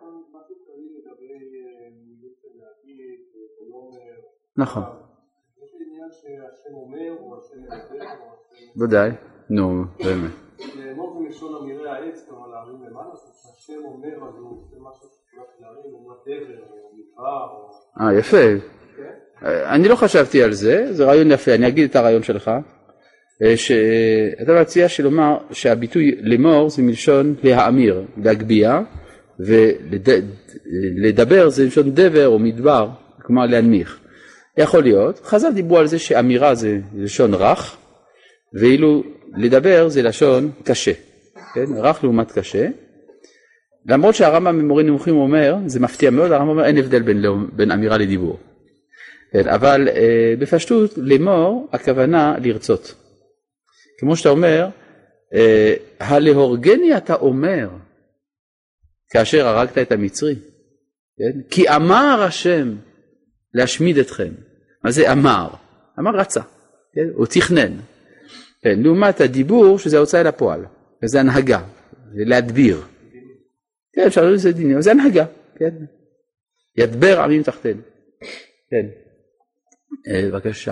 נכון. ודאי, נו, באמת. לאמור בלשון אמירי העץ, כלומר להרים למעלה, השם אומר, אז הוא עושה משהו להרים, הוא דבר, או נקרא, או... אה, יפה. אני לא חשבתי על זה, זה רעיון יפה, אני אגיד את הרעיון שלך. אתה מציע שלומר שהביטוי לאמור זה מלשון להאמיר, להגביה, ולדבר זה מלשון דבר או מדבר, כלומר להנמיך. יכול להיות, חז"ל דיברו על זה שאמירה זה לשון רך, ואילו לדבר זה לשון קשה, כן? רך לעומת קשה. למרות שהרמב"ם במורה נמוכים אומר, זה מפתיע מאוד, הרמב"ם אומר אין הבדל בין, בין אמירה לדיבור. כן? אבל אה, בפשטות, לאמור, הכוונה לרצות. כמו שאתה אומר, אה, הלהורגני אתה אומר, כאשר הרגת את המצרי, כן? כי אמר השם להשמיד אתכם. מה זה אמר? אמר רצה, כן? או תכנן. כן, לעומת הדיבור שזה ההוצאה אל הפועל, וזה הנהגה, זה להדביר. כן, אפשר לראות זה דינים, זה הנהגה, כן? ידבר עמים תחתינו. כן. אה, בבקשה.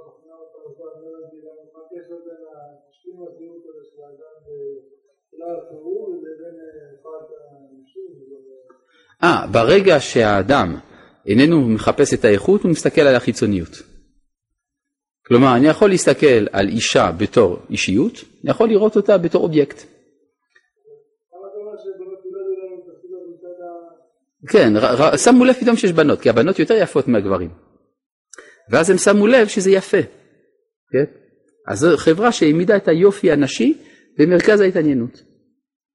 אה, ברגע שהאדם איננו מחפש את האיכות, הוא מסתכל על החיצוניות. כלומר, אני יכול להסתכל על אישה בתור אישיות, אני יכול לראות אותה בתור אובייקט. כן, שמו לב פתאום שיש בנות, כי הבנות יותר יפות מהגברים. ואז הם שמו לב שזה יפה. כן? אז זו חברה שהעמידה את היופי הנשי במרכז ההתעניינות.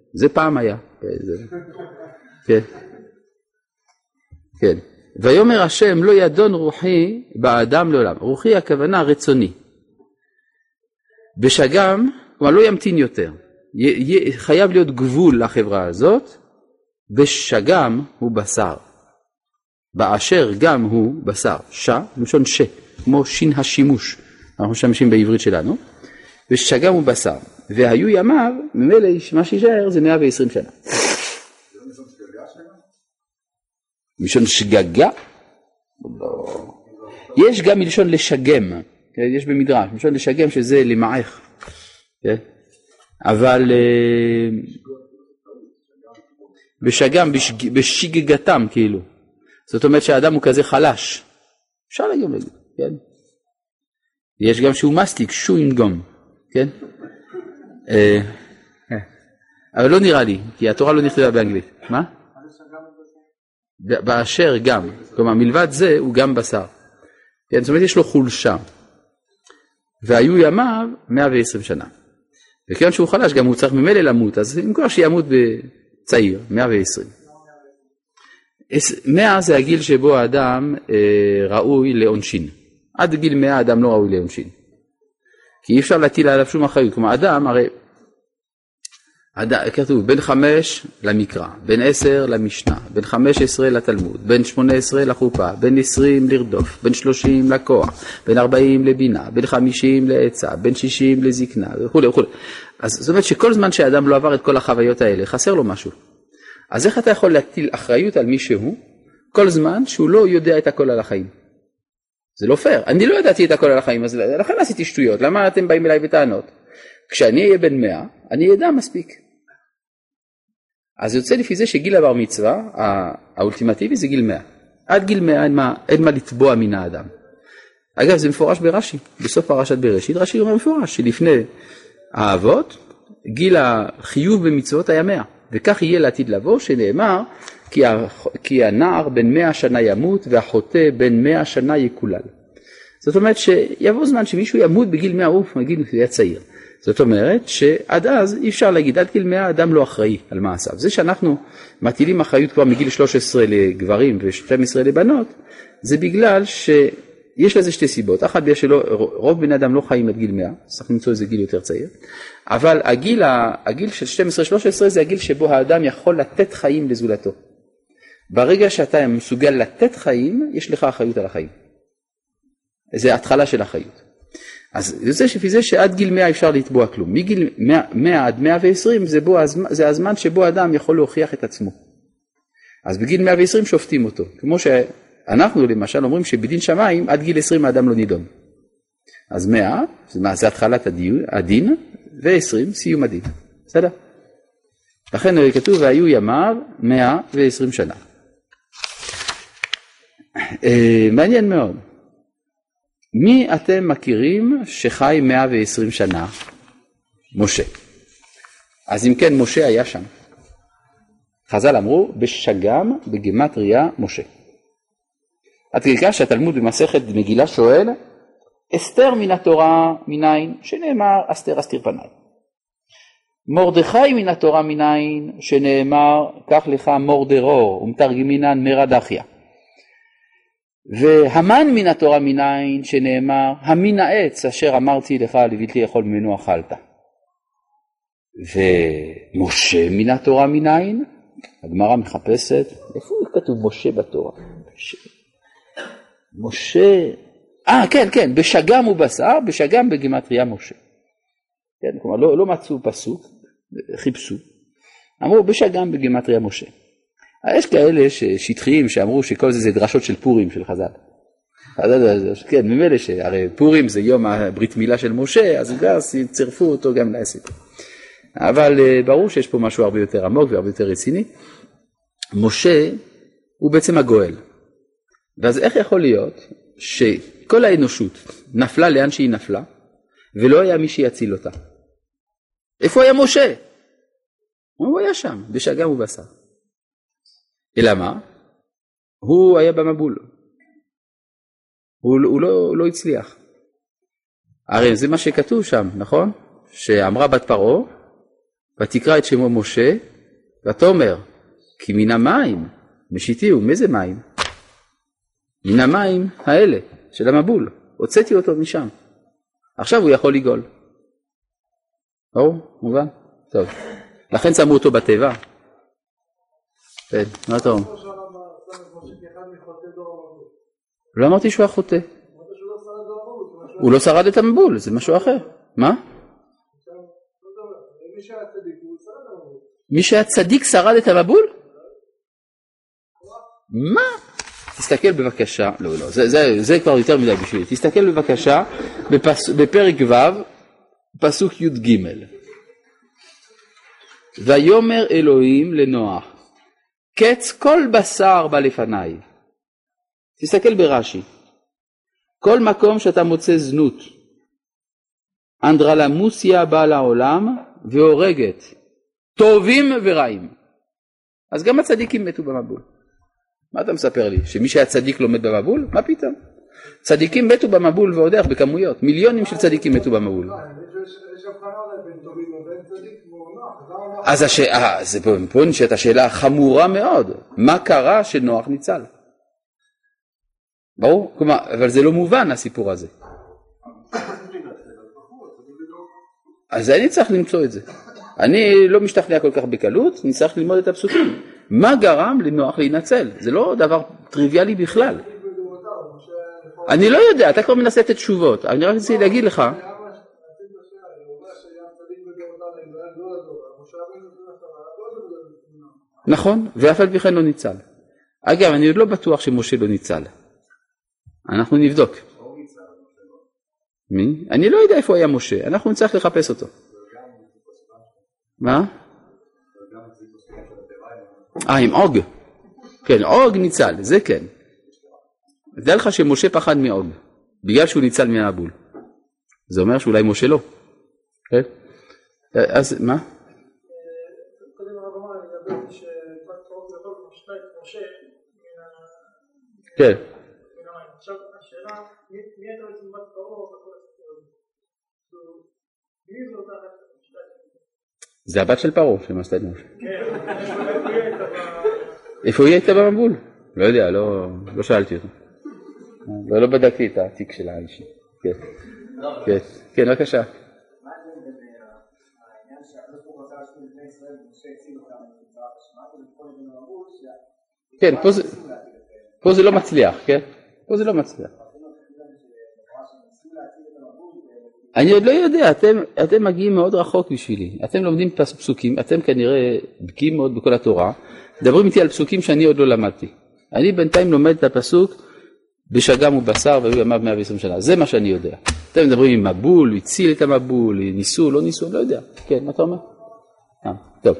זה פעם היה. כן. כן. ויאמר השם לא ידון רוחי באדם לעולם. רוחי הכוונה רצוני. בשגם, כלומר לא ימתין יותר. חייב להיות גבול לחברה הזאת. בשגם הוא בשר. באשר גם הוא בשר. ש, לשון ש, כמו שין השימוש. אנחנו משתמשים בעברית שלנו. בשגם הוא בשר. והיו ימיו, ממילא מה שישאר זה מאה ועשרים שנה. מלשון שגגה? לא. יש גם מלשון לשגם. יש במדרש. מלשון לשגם שזה למעך. אבל בשגם, בשגגתם כאילו. זאת אומרת שהאדם הוא כזה חלש. אפשר להגיד להגיד, כן? יש גם שהוא מסטיק, שוינגום, כן? אבל לא נראה לי, כי התורה לא נכתבה באנגלית. מה? באשר גם. כלומר, מלבד זה הוא גם בשר. כן, זאת אומרת, יש לו חולשה. והיו ימיו מאה ועשרים שנה. וכיוון שהוא חלש, גם הוא צריך ממילא למות, אז אם כבר שימות בצעיר, מאה ועשרים. מאה זה הגיל שבו האדם אה, ראוי לעונשין. עד גיל מאה האדם לא ראוי לעונשין. כי אי אפשר להטיל עליו שום אחריות. כלומר, אדם, הרי, אדם, כתוב, בין חמש למקרא, בין עשר למשנה, בין חמש עשרה לתלמוד, בין שמונה עשרה לחופה, בין עשרים לרדוף, בין שלושים לכוח, בין ארבעים לבינה, בין חמישים לעצה, בין שישים לזקנה, וכו' וכו'. אז זאת אומרת שכל זמן שהאדם לא עבר את כל החוויות האלה, חסר לו משהו. אז איך אתה יכול להטיל אחריות על מישהו, כל זמן שהוא לא יודע את הכל על החיים? זה לא פייר. אני לא ידעתי את הכל על החיים, אז לכן עשיתי שטויות. למה אתם באים אליי בטענות? כשאני אהיה בן מאה, אני ידע מספיק. אז יוצא לפי זה שגיל הבר מצווה, האולטימטיבי זה גיל מאה. עד גיל מאה אין מה, אין מה לתבוע מן האדם. אגב, זה מפורש ברש"י. בסוף פרשת בראשית, רש"י אומר מפורש, שלפני האבות, גיל החיוב במצוות היה מאה. וכך יהיה לעתיד לבוא, שנאמר, כי, ה, כי הנער בן מאה שנה ימות, והחוטא בן מאה שנה יקולל. זאת אומרת שיבוא זמן שמישהו ימות בגיל מאה, אוף, מגיד, זה היה צעיר. זאת אומרת שעד אז אי אפשר להגיד, עד גיל מאה אדם לא אחראי על מעשיו. זה שאנחנו מטילים אחריות כבר מגיל שלוש עשרה לגברים ו-שתים עשרה לבנות, זה בגלל שיש לזה שתי סיבות. אחת בגלל שרוב בני אדם לא חיים עד גיל מאה, צריך למצוא איזה גיל יותר צעיר, אבל הגיל, הגיל של שתים עשרה שלוש עשרה זה הגיל שבו האדם יכול לתת חיים לזולתו. ברגע שאתה מסוגל לתת חיים, יש לך אחריות על החיים. זה התחלה של החיות. אז זה שפי זה שעד גיל מאה אפשר לתבוע כלום. מגיל מאה עד מאה ועשרים זה, בו, זה הזמן שבו האדם יכול להוכיח את עצמו. אז בגיל מאה ועשרים שופטים אותו. כמו שאנחנו למשל אומרים שבדין שמיים עד גיל עשרים האדם לא נידון. אז מאה, זה התחלת הדין, הדין ועשרים סיום הדין. בסדר? לכן כתוב והיו ימיו מאה ועשרים שנה. מעניין מאוד. מי אתם מכירים שחי מאה ועשרים שנה? משה. אז אם כן, משה היה שם. חז"ל אמרו, בשגם בגימטריה משה. עד כדי כך שהתלמוד במסכת מגילה שואל, אסתר מן התורה מניין, שנאמר אסתר אסתיר פניי. מרדכי מן התורה מניין, שנאמר, קח לך מורדרור, ומתרגמינן מרדכיה. והמן מן התורה מניין, שנאמר, המין העץ אשר אמרתי לך לבלתי לאכול ממנו אכלת. ומשה מן התורה מניין, הגמרא מחפשת, איפה כתוב משה בתורה? משה, משה, אה כן כן, בשגם ובשר, בשגם בגימטריה משה. כן, כלומר לא, לא מצאו פסוק, חיפשו, אמרו בשגם בגימטריה משה. יש כאלה שטחיים שאמרו שכל זה זה דרשות של פורים של חז"ל. כן, ממילא שהרי פורים זה יום הברית מילה של משה, אז גם צירפו אותו גם לעסק. אבל ברור שיש פה משהו הרבה יותר עמוק והרבה יותר רציני. משה הוא בעצם הגואל. ואז איך יכול להיות שכל האנושות נפלה לאן שהיא נפלה, ולא היה מי שיציל אותה? איפה היה משה? הוא היה שם, בשגם ובשר. אלא מה? הוא היה במבול. הוא, הוא לא, לא הצליח. הרי זה מה שכתוב שם, נכון? שאמרה בת פרעה, ותקרא את שמו משה, ותאמר, כי מן המים משיתיהו. מאיזה מים? מן המים האלה של המבול, הוצאתי אותו משם. עכשיו הוא יכול לגאול. ברור? מובן? טוב. לכן שמו אותו בטבע. כן, מה אתה אומר? לא אמרתי שהוא היה חוטא. הוא לא שרד את המבול, זה משהו אחר. מה? מי שהיה צדיק שרד את המבול? מה? תסתכל בבקשה, לא, לא, זה, זה, זה כבר יותר מדי בשבילי. תסתכל בבקשה בפס, בפרק ו' פסוק י' ג'. ויאמר אלוהים לנוח, קץ כל בשר בא לפניי. תסתכל ברש"י. כל מקום שאתה מוצא זנות, אנדרלמוסיה באה לעולם והורגת, טובים ורעים. אז גם הצדיקים מתו במבול. מה אתה מספר לי? שמי שהיה צדיק לא מת במבול? מה פתאום? צדיקים מתו במבול ועוד איך בכמויות. מיליונים של צדיקים מתו במבול. אז השאלה, זה פה נשאלת השאלה חמורה מאוד. מה קרה שנוח ניצל? ברור? כלומר, אבל זה לא מובן הסיפור הזה. אז אני צריך למצוא את זה. אני לא משתכנע כל כך בקלות, אני צריך ללמוד את הפסוקים. מה גרם לנוח להינצל? זה לא דבר טריוויאלי בכלל. אני לא יודע, אתה כבר מנסה את התשובות. אני רק רוצה להגיד לך. נכון, ואף על פי כן לא ניצל. אגב, אני עוד לא בטוח שמשה לא ניצל. אנחנו נבדוק. מי? אני לא יודע איפה היה משה, אנחנו נצטרך לחפש אותו. מה? אה, עם עוג. כן, עוג ניצל, זה כן. תדע לך שמשה פחד מעוג, בגלל שהוא ניצל מהמבול. זה אומר שאולי משה לא. כן? אז מה? קודם הרב אמר, אני מדבר שבת קרוב יכול משתה את משה. כן. עכשיו, השאלה, מי הייתה בעצם בת קרוב? מי זו אותה משתה? זה הבת של פרעה שמשתה את משה. איפה היא הייתה במבול? לא יודע, לא שאלתי אותו. לא בדקתי את העתיק של האישי. כן, כן, בבקשה. מה זה מדבר? העניין שהקדוש ברוך הוא רצה להשמיד את בני ישראל ומשה הציל אותם בצרת השמד ולכל בני המבול ש... כן, פה זה לא מצליח, כן? פה זה לא מצליח. אני עוד לא יודע, אתם, אתם מגיעים מאוד רחוק בשבילי. אתם לומדים פסוקים, אתם כנראה בקיאים מאוד בכל התורה. מדברים איתי על פסוקים שאני עוד לא למדתי. אני בינתיים לומד את הפסוק בשגם ובשר והיו ימיו מאה ועשרים שנה. זה מה שאני יודע. אתם מדברים עם מבול, הציל את המבול, ניסו, לא ניסו, לא יודע. כן, מה אתה אומר? אה, טוב.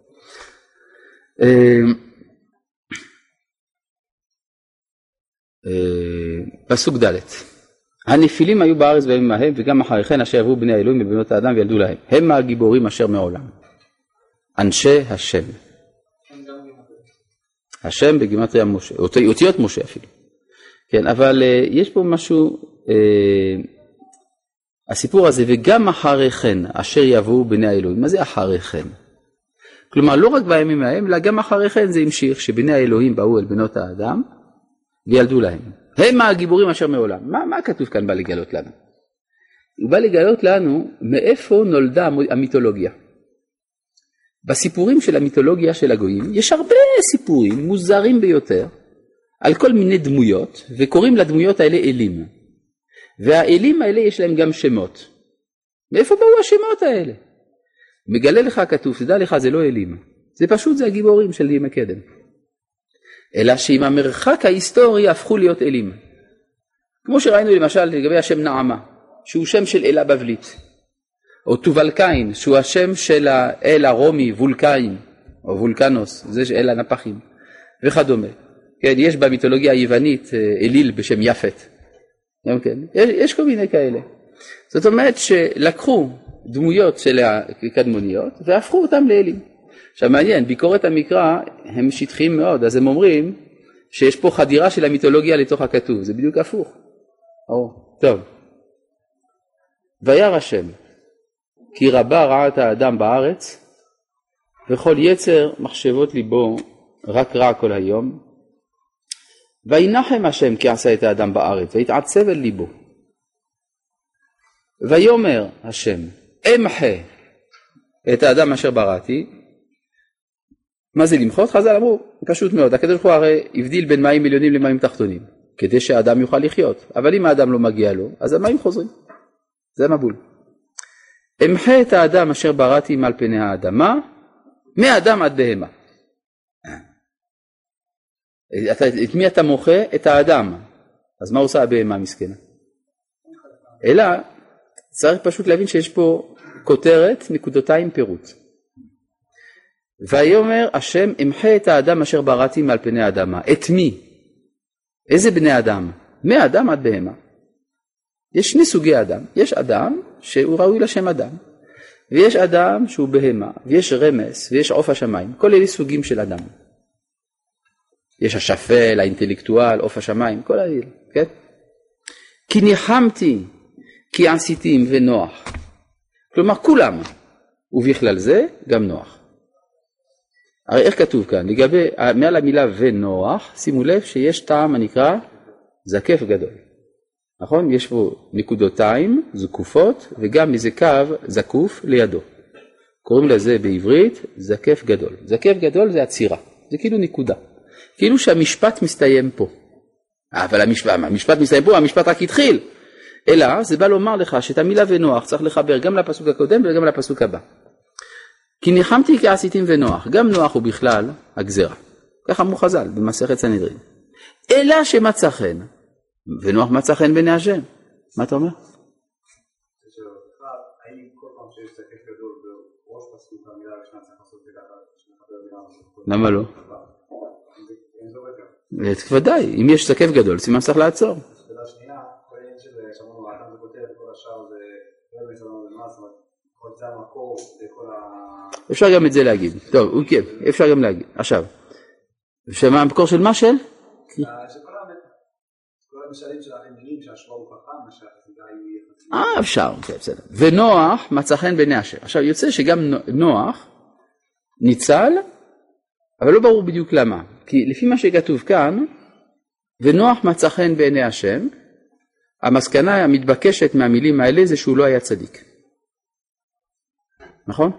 פסוק ד' הנפילים היו בארץ בימים ההם וגם אחרי כן אשר עברו בני האלוהים ובנות האדם וילדו להם. הם הגיבורים אשר מעולם. אנשי השם. השם בגימטריה משה, אותיות משה אפילו. כן, אבל uh, יש פה משהו, uh, הסיפור הזה, וגם אחרי כן אשר יבואו בני האלוהים. מה זה אחרי כן? כלומר, לא רק בימים ההם, אלא גם אחרי כן זה המשיך, שבני האלוהים באו אל בנות האדם וילדו להם. הם הגיבורים אשר מעולם. מה, מה כתוב כאן בא לגלות לנו? הוא בא לגלות לנו מאיפה נולדה המיתולוגיה. בסיפורים של המיתולוגיה של הגויים יש הרבה סיפורים מוזרים ביותר על כל מיני דמויות, וקוראים לדמויות האלה אלים. והאלים האלה יש להם גם שמות. מאיפה באו השמות האלה? מגלה לך כתוב, תדע לך זה לא אלים. זה פשוט זה הגיבורים של ימי קדם. אלא שעם המרחק ההיסטורי הפכו להיות אלים. כמו שראינו למשל לגבי השם נעמה, שהוא שם של אלה בבלית. או טובלקאין, שהוא השם של האל הרומי, וולקאין, או וולקנוס, זה אל הנפחים, וכדומה. כן, יש במיתולוגיה היוונית אליל בשם יפת. כן, יש, יש כל מיני כאלה. זאת אומרת שלקחו דמויות של הקדמוניות והפכו אותם לאלים. עכשיו מעניין, ביקורת המקרא הם שטחיים מאוד, אז הם אומרים שיש פה חדירה של המיתולוגיה לתוך הכתוב, זה בדיוק הפוך. או, טוב. וירא השם, כי רבה רעת האדם בארץ, וכל יצר מחשבות ליבו רק רע כל היום. וינחם השם כי עשה את האדם בארץ, ויתעצב אל ליבו. ויאמר השם, אמחה את האדם אשר בראתי. מה זה למחות? חז"ל אמרו, פשוט מאוד, הקדוש ברוך הוא הרי הבדיל בין מים עליונים למים תחתונים, כדי שהאדם יוכל לחיות, אבל אם האדם לא מגיע לו, אז המים חוזרים. זה מבול. אמחה את האדם אשר בראתי מעל פני האדמה, מאדם עד בהמה. את מי אתה מוחה? את האדם. אז מה עושה הבהמה מסכנה? אלא צריך פשוט להבין שיש פה כותרת, נקודותיים, פירוט. ויאמר השם, אמחה את האדם אשר בראתי מעל פני האדמה. את מי? איזה בני אדם? מאדם עד בהמה. יש שני סוגי אדם. יש אדם שהוא ראוי לשם אדם, ויש אדם שהוא בהמה, ויש רמס, ויש עוף השמיים. כל אלה סוגים של אדם. יש השפל, האינטלקטואל, עוף השמיים, כל האלה, כן? כי ניחמתי, כי עשיתים ונוח. כלומר, כולם, ובכלל זה גם נוח. הרי איך כתוב כאן? לגבי, מעל המילה ונוח, שימו לב שיש טעם הנקרא זקף גדול. נכון? יש פה נקודותיים, זקופות, וגם איזה קו זקוף לידו. קוראים לזה בעברית זקף גדול. זקף גדול זה עצירה, זה כאילו נקודה. כאילו שהמשפט מסתיים פה. אבל המשפט, המשפט מסתיים פה, המשפט רק התחיל. אלא זה בא לומר לך שאת המילה ונוח צריך לחבר גם לפסוק הקודם וגם לפסוק הבא. כי ניחמתי כי עשיתים ונוח. גם נוח הוא בכלל הגזרה. ככה אמרו חז"ל במסכת סנהדרין. אלא שמצא חן. ונוח מצא חן בעיני השם. מה אתה אומר? האם כל פעם שיש זקף גדול בראש פסוק המילה הראשונה צריך לעשות את זה? למה לא? ודאי, אם יש זקף גדול, סימן צריך לעצור. שאלה שנייה, כל העניין שזה שמענו רעתם וכותב, וכל השאר זה לא מצלנו במס, אבל כל זה המקור, זה כל ה... אפשר גם את זה להגיד. טוב, אוקיי, אפשר גם להגיד. עכשיו, שמה המקור של מה של? שכל המשלים של המילים שהשוואה הוא חכם, שהחסידה היא... אה, אפשר, בסדר. ונוח מצא חן בעיני השם. עכשיו, יוצא שגם נוח ניצל, אבל לא ברור בדיוק למה. כי לפי מה שכתוב כאן, ונוח מצא חן בעיני השם, המסקנה המתבקשת מהמילים האלה זה שהוא לא היה צדיק. נכון?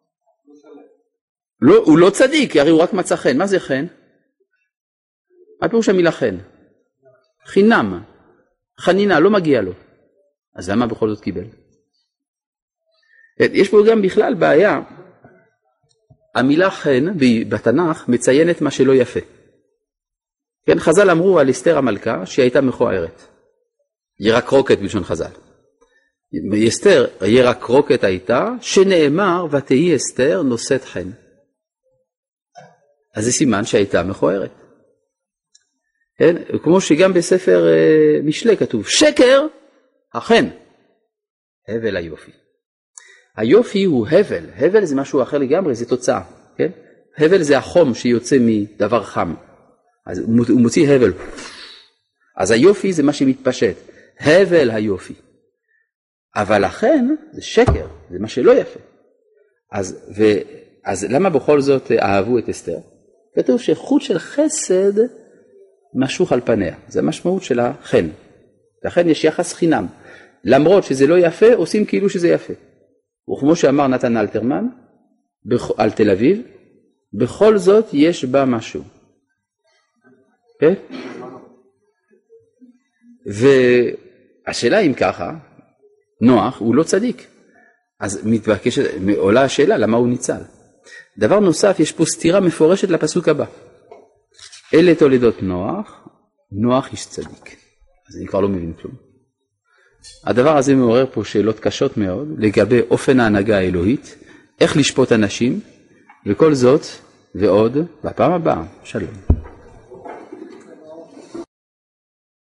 לא, הוא לא צדיק, הרי הוא רק מצא חן. מה זה חן? מה פירוש המילה חן? חינם. חנינה, לא מגיע לו. אז למה בכל זאת קיבל? יש פה גם בכלל בעיה. המילה חן בתנ"ך מציינת מה שלא יפה. כן, חז"ל אמרו על אסתר המלכה שהיא הייתה מכוערת. ירקרוקת בלשון חז"ל. אסתר ירקרוקת הייתה שנאמר ותהי אסתר נושאת חן. אז זה סימן שהייתה מכוערת. כן, כמו שגם בספר משלי כתוב שקר החן. הבל היופי. היופי הוא הבל, הבל זה משהו אחר לגמרי, זה תוצאה, כן? הבל זה החום שיוצא מדבר חם, אז הוא מוציא הבל, אז היופי זה מה שמתפשט, הבל היופי, אבל לכן זה שקר, זה מה שלא יפה, אז, ו, אז למה בכל זאת אהבו את אסתר? כתוב שחוט של חסד משוך על פניה, זה המשמעות של החן, לכן יש יחס חינם, למרות שזה לא יפה עושים כאילו שזה יפה. וכמו שאמר נתן אלתרמן על תל אביב, בכל זאת יש בה משהו. כן? והשאלה אם ככה, נוח הוא לא צדיק. אז מתבקשת, עולה השאלה למה הוא ניצל. דבר נוסף, יש פה סתירה מפורשת לפסוק הבא. אלה תולדות נוח, נוח איש צדיק. אז אני כבר לא מבין כלום. הדבר הזה מעורר פה שאלות קשות מאוד לגבי אופן ההנהגה האלוהית, איך לשפוט אנשים, וכל זאת ועוד בפעם הבאה. שלום.